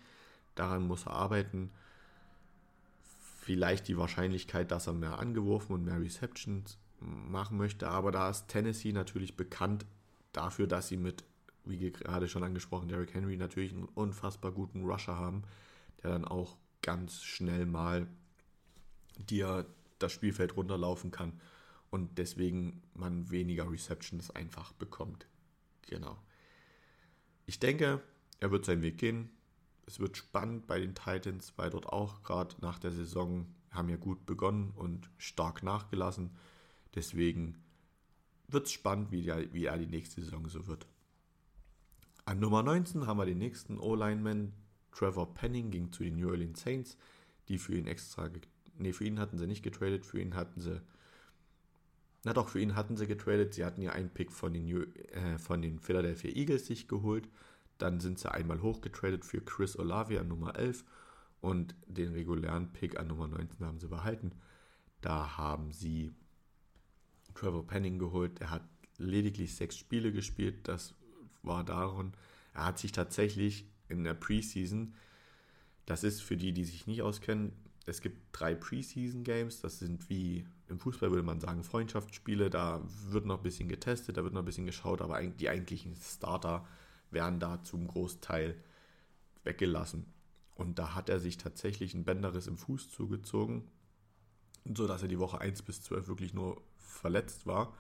daran muss er arbeiten. Vielleicht die Wahrscheinlichkeit, dass er mehr angeworfen und mehr Receptions machen möchte, aber da ist Tennessee natürlich bekannt dafür, dass sie mit, wie gerade schon angesprochen, Derrick Henry natürlich einen unfassbar guten Rusher haben, der dann auch ganz schnell mal dir das Spielfeld runterlaufen kann und deswegen man weniger Receptions einfach bekommt. Genau. Ich denke, er wird seinen Weg gehen. Es wird spannend bei den Titans, weil dort auch gerade nach der Saison haben ja gut begonnen und stark nachgelassen. Deswegen wird es spannend, wie, der, wie er die nächste Saison so wird. An Nummer neunzehn haben wir den nächsten O-Lineman. Trevor Penning ging zu den New Orleans Saints, die für ihn extra, ne, für ihn hatten sie nicht getradet, für ihn hatten sie, na doch, für ihn hatten sie getradet, sie hatten ja einen Pick von den, New, äh, von den Philadelphia Eagles sich geholt, dann sind sie einmal hochgetradet für Chris Olave an Nummer elf und den regulären Pick an Nummer neunzehn haben sie behalten. Da haben sie Trevor Penning geholt, er hat lediglich sechs Spiele gespielt, das war darum, er hat sich tatsächlich in der Preseason, das ist für die, die sich nicht auskennen, es gibt drei Preseason-Games, das sind wie im Fußball würde man sagen Freundschaftsspiele, da wird noch ein bisschen getestet, da wird noch ein bisschen geschaut, aber die eigentlichen Starter werden da zum Großteil weggelassen. Und da hat er sich tatsächlich einen Bänderriss im Fuß zugezogen, sodass er die Woche eins bis zwölf wirklich nur verletzt war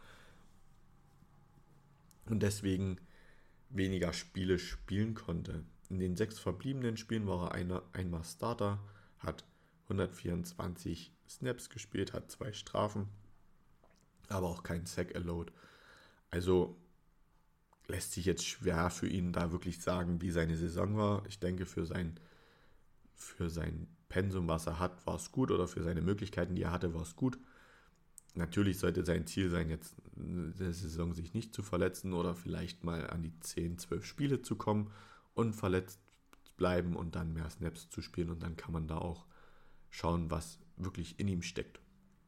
und deswegen weniger Spiele spielen konnte. In den sechs verbliebenen Spielen war er eine, einmal Starter, hat hundertvierundzwanzig Snaps gespielt, hat zwei Strafen, aber auch kein Sack allowed. Also lässt sich jetzt schwer für ihn da wirklich sagen, wie seine Saison war. Ich denke, für sein, für sein Pensum, was er hat, war es gut, oder für seine Möglichkeiten, die er hatte, war es gut. Natürlich sollte sein Ziel sein, jetzt in der Saison sich nicht zu verletzen oder vielleicht mal an die zehn, zwölf Spiele zu kommen und verletzt bleiben und dann mehr Snaps zu spielen, und dann kann man da auch schauen, was wirklich in ihm steckt.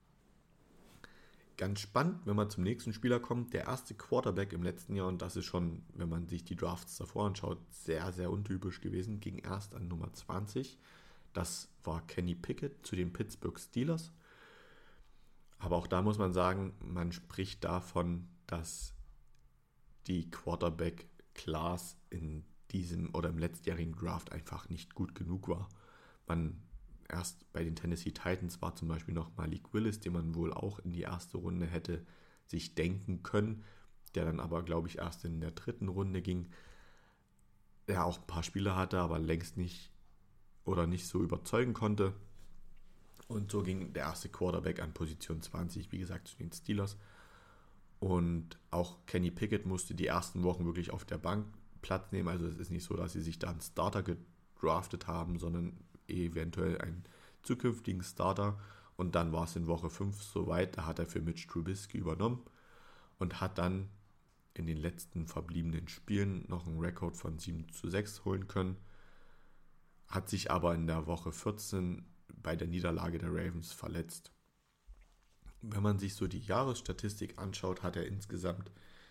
Ganz spannend, wenn man zum nächsten Spieler kommt, der erste Quarterback im letzten Jahr, und das ist schon, wenn man sich die Drafts davor anschaut, sehr, sehr untypisch gewesen, ging erst an Nummer zwanzig. Das war Kenny Pickett zu den Pittsburgh Steelers. Aber auch da muss man sagen, man spricht davon, dass die Quarterback-Class in diesem oder im letztjährigen Draft einfach nicht gut genug war. Man erst bei den Tennessee Titans war zum Beispiel noch Malik Willis, den man wohl auch in die erste Runde hätte sich denken können, der dann aber, glaube ich, erst in der dritten Runde ging. Der auch ein paar Spiele hatte, aber längst nicht oder nicht so überzeugen konnte. Und so ging der erste Quarterback an Position zwanzig, wie gesagt, zu den Steelers. Und auch Kenny Pickett musste die ersten Wochen wirklich auf der Bank Platz nehmen. Also es ist nicht so, dass sie sich da einen Starter gedraftet haben, sondern eventuell einen zukünftigen Starter. Und dann war es in Woche fünf soweit. Da hat er für Mitch Trubisky übernommen und hat dann in den letzten verbliebenen Spielen noch einen Rekord von sieben zu sechs holen können. Hat sich aber in der Woche vierzehn bei der Niederlage der Ravens verletzt. Wenn man sich so die Jahresstatistik anschaut, hat er insgesamt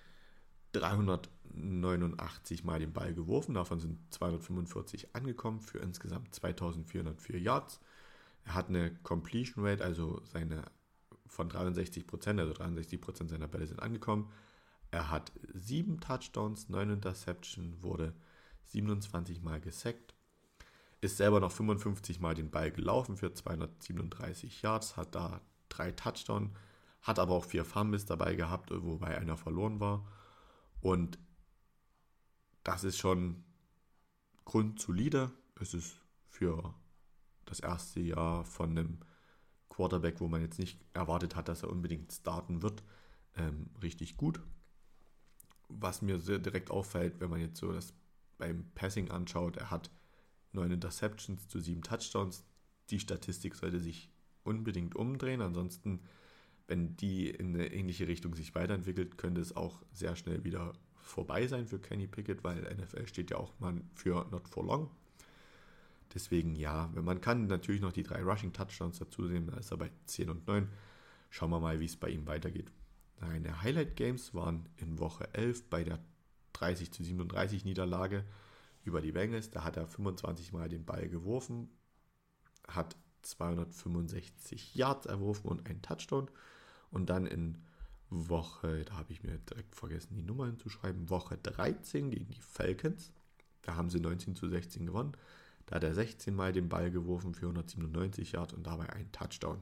dreihundertneunundachtzig Mal den Ball geworfen, davon sind zweihundertfünfundvierzig angekommen für insgesamt zweitausendvierhundertvier Yards. Er hat eine Completion Rate, also seine von dreiundsechzig Prozent, also dreiundsechzig Prozent seiner Bälle sind angekommen. Er hat sieben Touchdowns, neun Interceptions, wurde siebenundzwanzig Mal gesackt. Ist selber noch fünfundfünfzig Mal den Ball gelaufen für zweihundertsiebenunddreißig Yards, hat da drei Touchdowns, hat aber auch vier Fumbles dabei gehabt, wobei einer verloren war. Und das ist schon grundsolide. Es ist für das erste Jahr von einem Quarterback, wo man jetzt nicht erwartet hat, dass er unbedingt starten wird, ähm, richtig gut. Was mir sehr direkt auffällt, wenn man jetzt so das beim Passing anschaut, er hat neun Interceptions zu sieben Touchdowns. Die Statistik sollte sich unbedingt umdrehen. Ansonsten, wenn die in eine ähnliche Richtung sich weiterentwickelt, könnte es auch sehr schnell wieder vorbei sein für Kenny Pickett, weil N F L steht ja auch mal für not for long. Deswegen ja, man kann natürlich noch die drei Rushing Touchdowns dazu sehen, da ist er bei zehn und neun. Schauen wir mal, wie es bei ihm weitergeht. Seine Highlight Games waren in Woche elf bei der dreißig zu siebenunddreißig Niederlage über die Bengals. Da hat er fünfundzwanzig Mal den Ball geworfen, hat zweihundertfünfundsechzig Yards erworfen und einen Touchdown. Und dann in Woche, da habe ich mir direkt vergessen, die Nummer hinzuschreiben, Woche dreizehn gegen die Falcons. Da haben sie neunzehn zu sechzehn gewonnen. Da hat er sechzehn Mal den Ball geworfen für hundertsiebenundneunzig Yards und dabei einen Touchdown.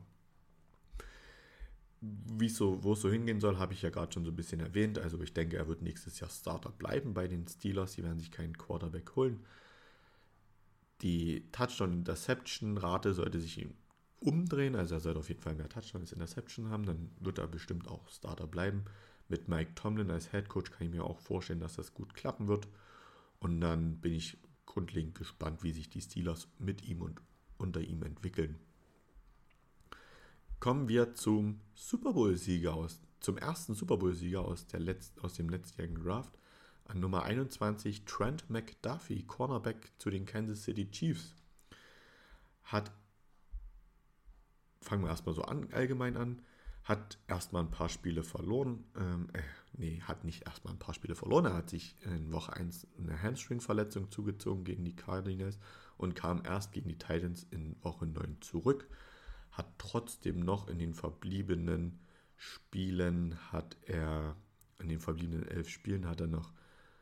Wie so, wo es so hingehen soll, habe ich ja gerade schon so ein bisschen erwähnt. Also ich denke, er wird nächstes Jahr Starter bleiben bei den Steelers. Sie werden sich keinen Quarterback holen. Die Touchdown-Interception-Rate sollte sich ihm umdrehen. Also er sollte auf jeden Fall mehr Touchdown als Interception haben. Dann wird er bestimmt auch Starter bleiben. Mit Mike Tomlin als Headcoach kann ich mir auch vorstellen, dass das gut klappen wird. Und dann bin ich grundlegend gespannt, wie sich die Steelers mit ihm und unter ihm entwickeln. Kommen wir zum Super Bowl-Sieger aus, zum ersten Super Bowl-Sieger aus, der Letz-, aus dem letztjährigen Draft. An Nummer einundzwanzig Trent McDuffie, Cornerback zu den Kansas City Chiefs. Hat, fangen wir erstmal so an, allgemein an, hat erstmal ein paar Spiele verloren. Ähm, äh, nee, hat nicht erstmal ein paar Spiele verloren. Er hat sich in Woche eins eine Hamstring-Verletzung zugezogen gegen die Cardinals und kam erst gegen die Titans in Woche neun zurück. Hat trotzdem noch in den verbliebenen Spielen, hat er, in den verbliebenen elf Spielen hat er noch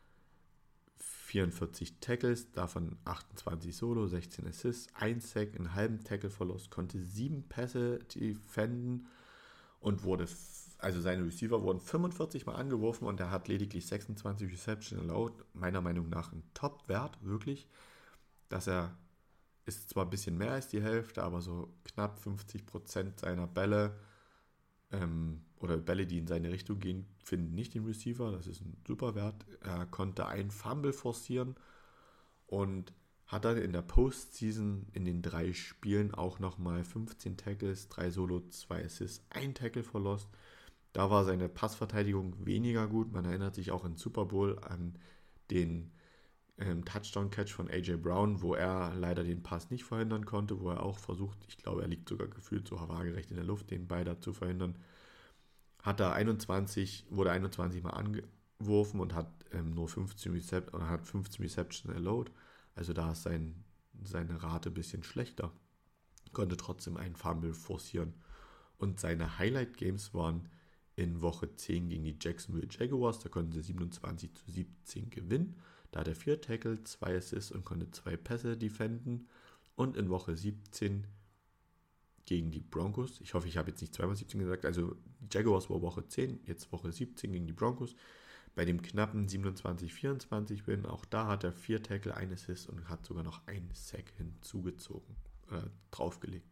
vierundvierzig Tackles, davon achtundzwanzig Solo, sechzehn Assists, ein Sack, einen halben Tackle-Verlust, konnte sieben Pässe defenden und wurde, also seine Receiver wurden fünfundvierzig Mal angeworfen und er hat lediglich sechsundzwanzig Reception allowed. Meiner Meinung nach ein Top-Wert, wirklich, dass er, ist zwar ein bisschen mehr als die Hälfte, aber so knapp fünfzig Prozent seiner Bälle ähm, oder Bälle, die in seine Richtung gehen, finden nicht den Receiver. Das ist ein super Wert. Er konnte einen Fumble forcieren und hat dann in der Postseason in den drei Spielen auch nochmal fünfzehn Tackles, drei Solo, zwei Assists, ein Tackle verlost. Da war seine Passverteidigung weniger gut. Man erinnert sich auch im Super Bowl an den ähm, Touchdown-Catch von A J Brown, wo er leider den Pass nicht verhindern konnte, wo er auch versucht, ich glaube, er liegt sogar gefühlt so waagerecht in der Luft, den Ball da zu verhindern. Hat er einundzwanzig, wurde einundzwanzig Mal angeworfen und hat ähm, nur fünfzehn, Recep- oder hat fünfzehn Reception allowed. Also da ist sein, seine Rate ein bisschen schlechter. Konnte trotzdem einen Fumble forcieren. Und seine Highlight-Games waren in Woche zehn gegen die Jacksonville Jaguars. Da konnten sie siebenundzwanzig zu siebzehn gewinnen. Da hat er vier Tackle, zwei Assists und konnte zwei Pässe defenden. Und in Woche siebzehn gegen die Broncos. Ich hoffe, ich habe jetzt nicht zweimal siebzehn gesagt. Also Jaguars war Woche zehn, jetzt Woche siebzehn gegen die Broncos. Bei dem knappen siebenundzwanzig vierundzwanzig Win, auch da hat er vier Tackle, ein Assist und hat sogar noch einen Sack hinzugezogen, äh, draufgelegt.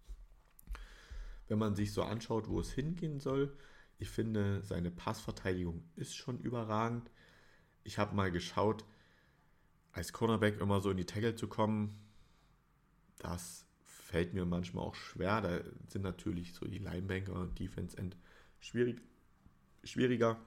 Wenn man sich so anschaut, wo es hingehen soll, ich finde, seine Passverteidigung ist schon überragend. Ich habe mal geschaut, als Cornerback immer so in die Tackle zu kommen, das fällt mir manchmal auch schwer. Da sind natürlich so die Linebacker und Defense End schwierig, schwieriger.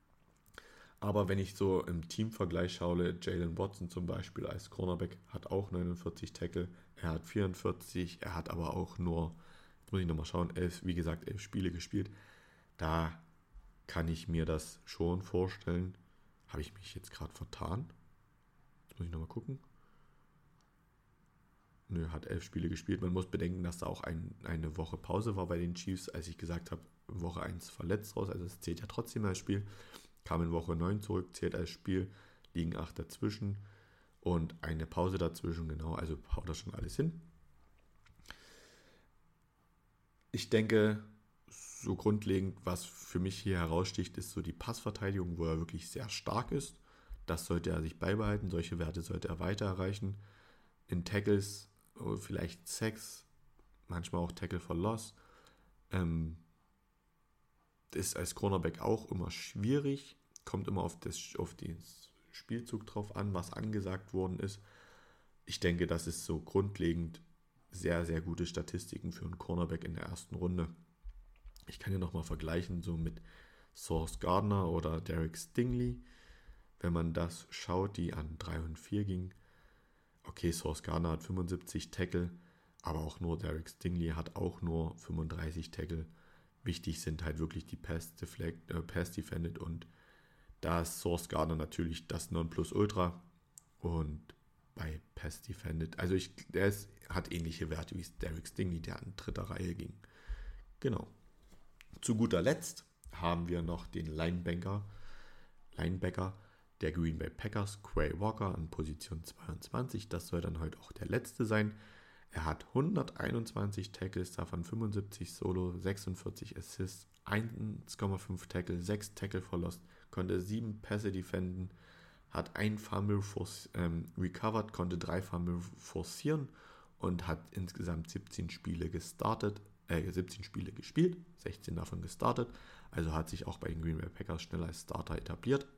Aber wenn ich so im Teamvergleich schaue, Jalen Watson zum Beispiel als Cornerback hat auch neunundvierzig Tackle, er hat vierundvierzig, er hat aber auch nur, jetzt muss ich nochmal schauen, elf, wie gesagt, elf Spiele gespielt. Da kann ich mir das schon vorstellen. Habe ich mich jetzt gerade vertan? Jetzt muss ich nochmal gucken. Nö, hat elf Spiele gespielt. Man muss bedenken, dass da auch ein, eine Woche Pause war bei den Chiefs, als ich gesagt habe, Woche eins verletzt raus, also es zählt ja trotzdem als Spiel. Kam in Woche neun zurück, zählt als Spiel, liegen acht dazwischen und eine Pause dazwischen, genau, also haut das schon alles hin. Ich denke, so grundlegend, was für mich hier heraussticht, ist so die Passverteidigung, wo er wirklich sehr stark ist. Das sollte er sich beibehalten, solche Werte sollte er weiter erreichen. In Tackles, vielleicht Sacks, manchmal auch Tackle for Loss. Ähm, ist als Cornerback auch immer schwierig, kommt immer auf, das, auf den Spielzug drauf an, was angesagt worden ist. Ich denke, das ist so grundlegend sehr, sehr gute Statistiken für einen Cornerback in der ersten Runde. Ich kann ja nochmal vergleichen, so mit Sauce Gardner oder Derek Stingley. Wenn man das schaut, die an drei und vier ging. Okay, Sauce Gardner hat fünfundsiebzig Tackle, aber auch nur Derek Stingley hat auch nur fünfunddreißig Tackle. Wichtig sind halt wirklich die Pass, Deflect, äh, Pass Defended und da ist Sauce Gardner natürlich das Nonplusultra und bei Pass Defended. Also ich, der ist, hat ähnliche Werte wie Derek Stingley, der an dritter Reihe ging. Genau. Zu guter Letzt haben wir noch den Linebacker, Linebacker der Green Bay Packers, Quay Walker an Position zweiundzwanzig. Das soll dann heute auch der letzte sein. Er hat hunderteinundzwanzig Tackles, davon fünfundsiebzig Solo, sechsundvierzig Assists, eins Komma fünf Tackle, sechs Tackle for Loss, konnte sieben Pässe defenden, hat ein Fumble force, ähm, recovered, konnte drei Fumble forcieren und hat insgesamt siebzehn Spiele gestartet, äh, siebzehn Spiele gespielt, sechzehn davon gestartet, also hat sich auch bei den Green Bay Packers schnell als Starter etabliert.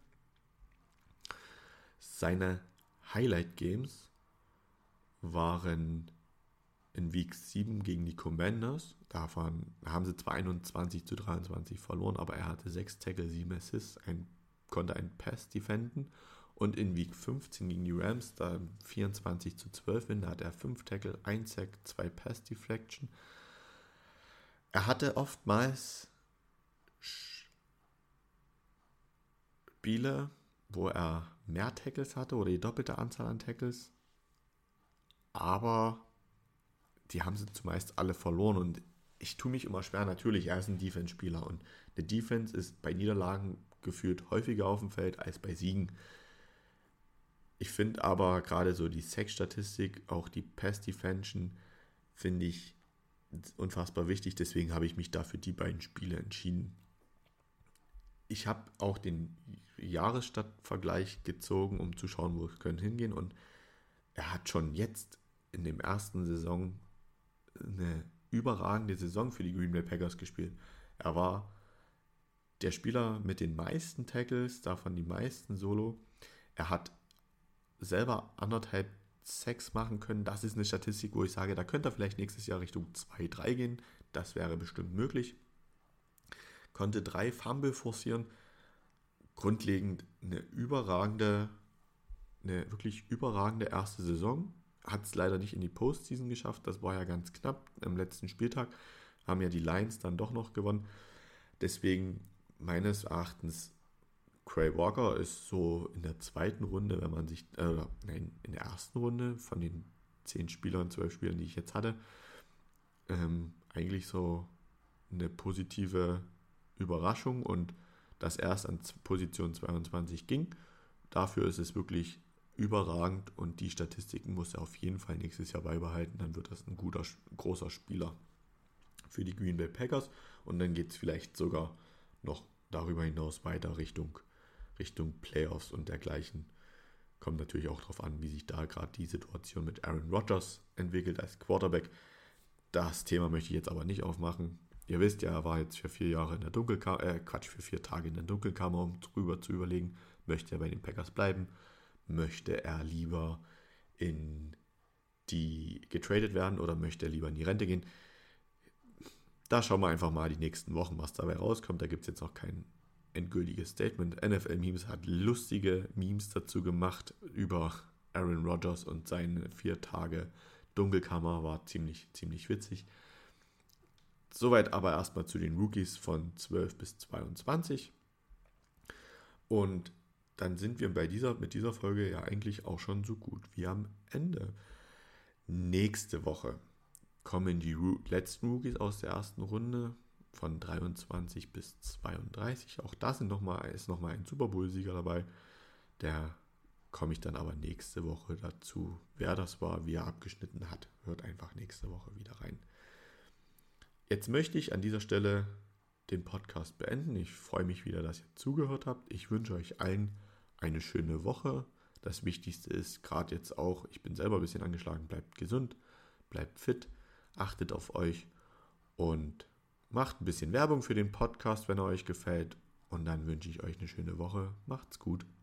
Seine Highlight Games waren in Week sieben gegen die Commanders. Davon haben sie zwar einundzwanzig zu dreiundzwanzig verloren, aber er hatte sechs Tackle, sieben Assists, ein, konnte einen Pass defenden. Und in Week fünfzehn gegen die Rams, da vierundzwanzig zu zwölf, da hat er fünf Tackle, ein Sack, zwei Pass Deflection. Er hatte oftmals Spiele, wo er mehr Tackles hatte oder die doppelte Anzahl an Tackles, aber die haben sie zumeist alle verloren und ich tue mich immer schwer, natürlich, er ist ein Defense-Spieler und eine Defense ist bei Niederlagen gefühlt häufiger auf dem Feld als bei Siegen. Ich finde aber gerade so die Sack-Statistik, auch die Pass-Defension, finde ich unfassbar wichtig, deswegen habe ich mich dafür die beiden Spiele entschieden. Ich habe auch den Jahresstadtvergleich gezogen, um zu schauen, wo es können hingehen und er hat schon jetzt in dem ersten Saison eine überragende Saison für die Green Bay Packers gespielt. Er war der Spieler mit den meisten Tackles, davon die meisten Solo. Er hat selber anderthalb Sacks machen können. Das ist eine Statistik, wo ich sage, da könnte er vielleicht nächstes Jahr Richtung zwei drei gehen. Das wäre bestimmt möglich. Konnte drei Fumble forcieren. Grundlegend eine überragende, eine wirklich überragende erste Saison. Hat es leider nicht in die Postseason geschafft, das war ja ganz knapp. Am letzten Spieltag haben ja die Lions dann doch noch gewonnen. Deswegen meines Erachtens, Quay Walker ist so in der zweiten Runde, wenn man sich, äh, nein, in der ersten Runde von den zehn Spielern, zwölf Spielern, die ich jetzt hatte, ähm, eigentlich so eine positive Überraschung und dass er erst an Position zweiundzwanzig ging. Dafür ist es wirklich überragend und die Statistiken muss er auf jeden Fall nächstes Jahr beibehalten. Dann wird das ein guter, großer Spieler für die Green Bay Packers und dann geht es vielleicht sogar noch darüber hinaus weiter Richtung, Richtung Playoffs und dergleichen. Kommt natürlich auch darauf an, wie sich da gerade die Situation mit Aaron Rodgers entwickelt als Quarterback. Das Thema möchte ich jetzt aber nicht aufmachen. Ihr wisst ja, er war jetzt für vier Jahre in der Dunkelkammer, äh Quatsch, für vier Tage in der Dunkelkammer, um drüber zu überlegen, möchte er bei den Packers bleiben? Möchte er lieber in die getradet werden oder möchte er lieber in die Rente gehen? Da schauen wir einfach mal die nächsten Wochen, was dabei rauskommt. Da gibt es jetzt noch kein endgültiges Statement. N F L Memes hat lustige Memes dazu gemacht über Aaron Rodgers und seine vier Tage Dunkelkammer. War ziemlich, ziemlich witzig. Soweit aber erstmal zu den Rookies von zwölf bis zweiundzwanzig. Und dann sind wir bei dieser, mit dieser Folge ja eigentlich auch schon so gut wie am Ende. Nächste Woche kommen die Ru- letzten Rookies aus der ersten Runde von dreiundzwanzig bis zweiunddreißig. Auch da sind noch mal, ist nochmal ein Super Bowl-Sieger dabei. Der komme ich dann aber nächste Woche dazu. Wer das war, wie er abgeschnitten hat, hört einfach nächste Woche wieder rein. Jetzt möchte ich an dieser Stelle den Podcast beenden. Ich freue mich wieder, dass ihr zugehört habt. Ich wünsche euch allen eine schöne Woche. Das Wichtigste ist gerade jetzt auch, ich bin selber ein bisschen angeschlagen, bleibt gesund, bleibt fit, achtet auf euch und macht ein bisschen Werbung für den Podcast, wenn er euch gefällt. Und dann wünsche ich euch eine schöne Woche. Macht's gut.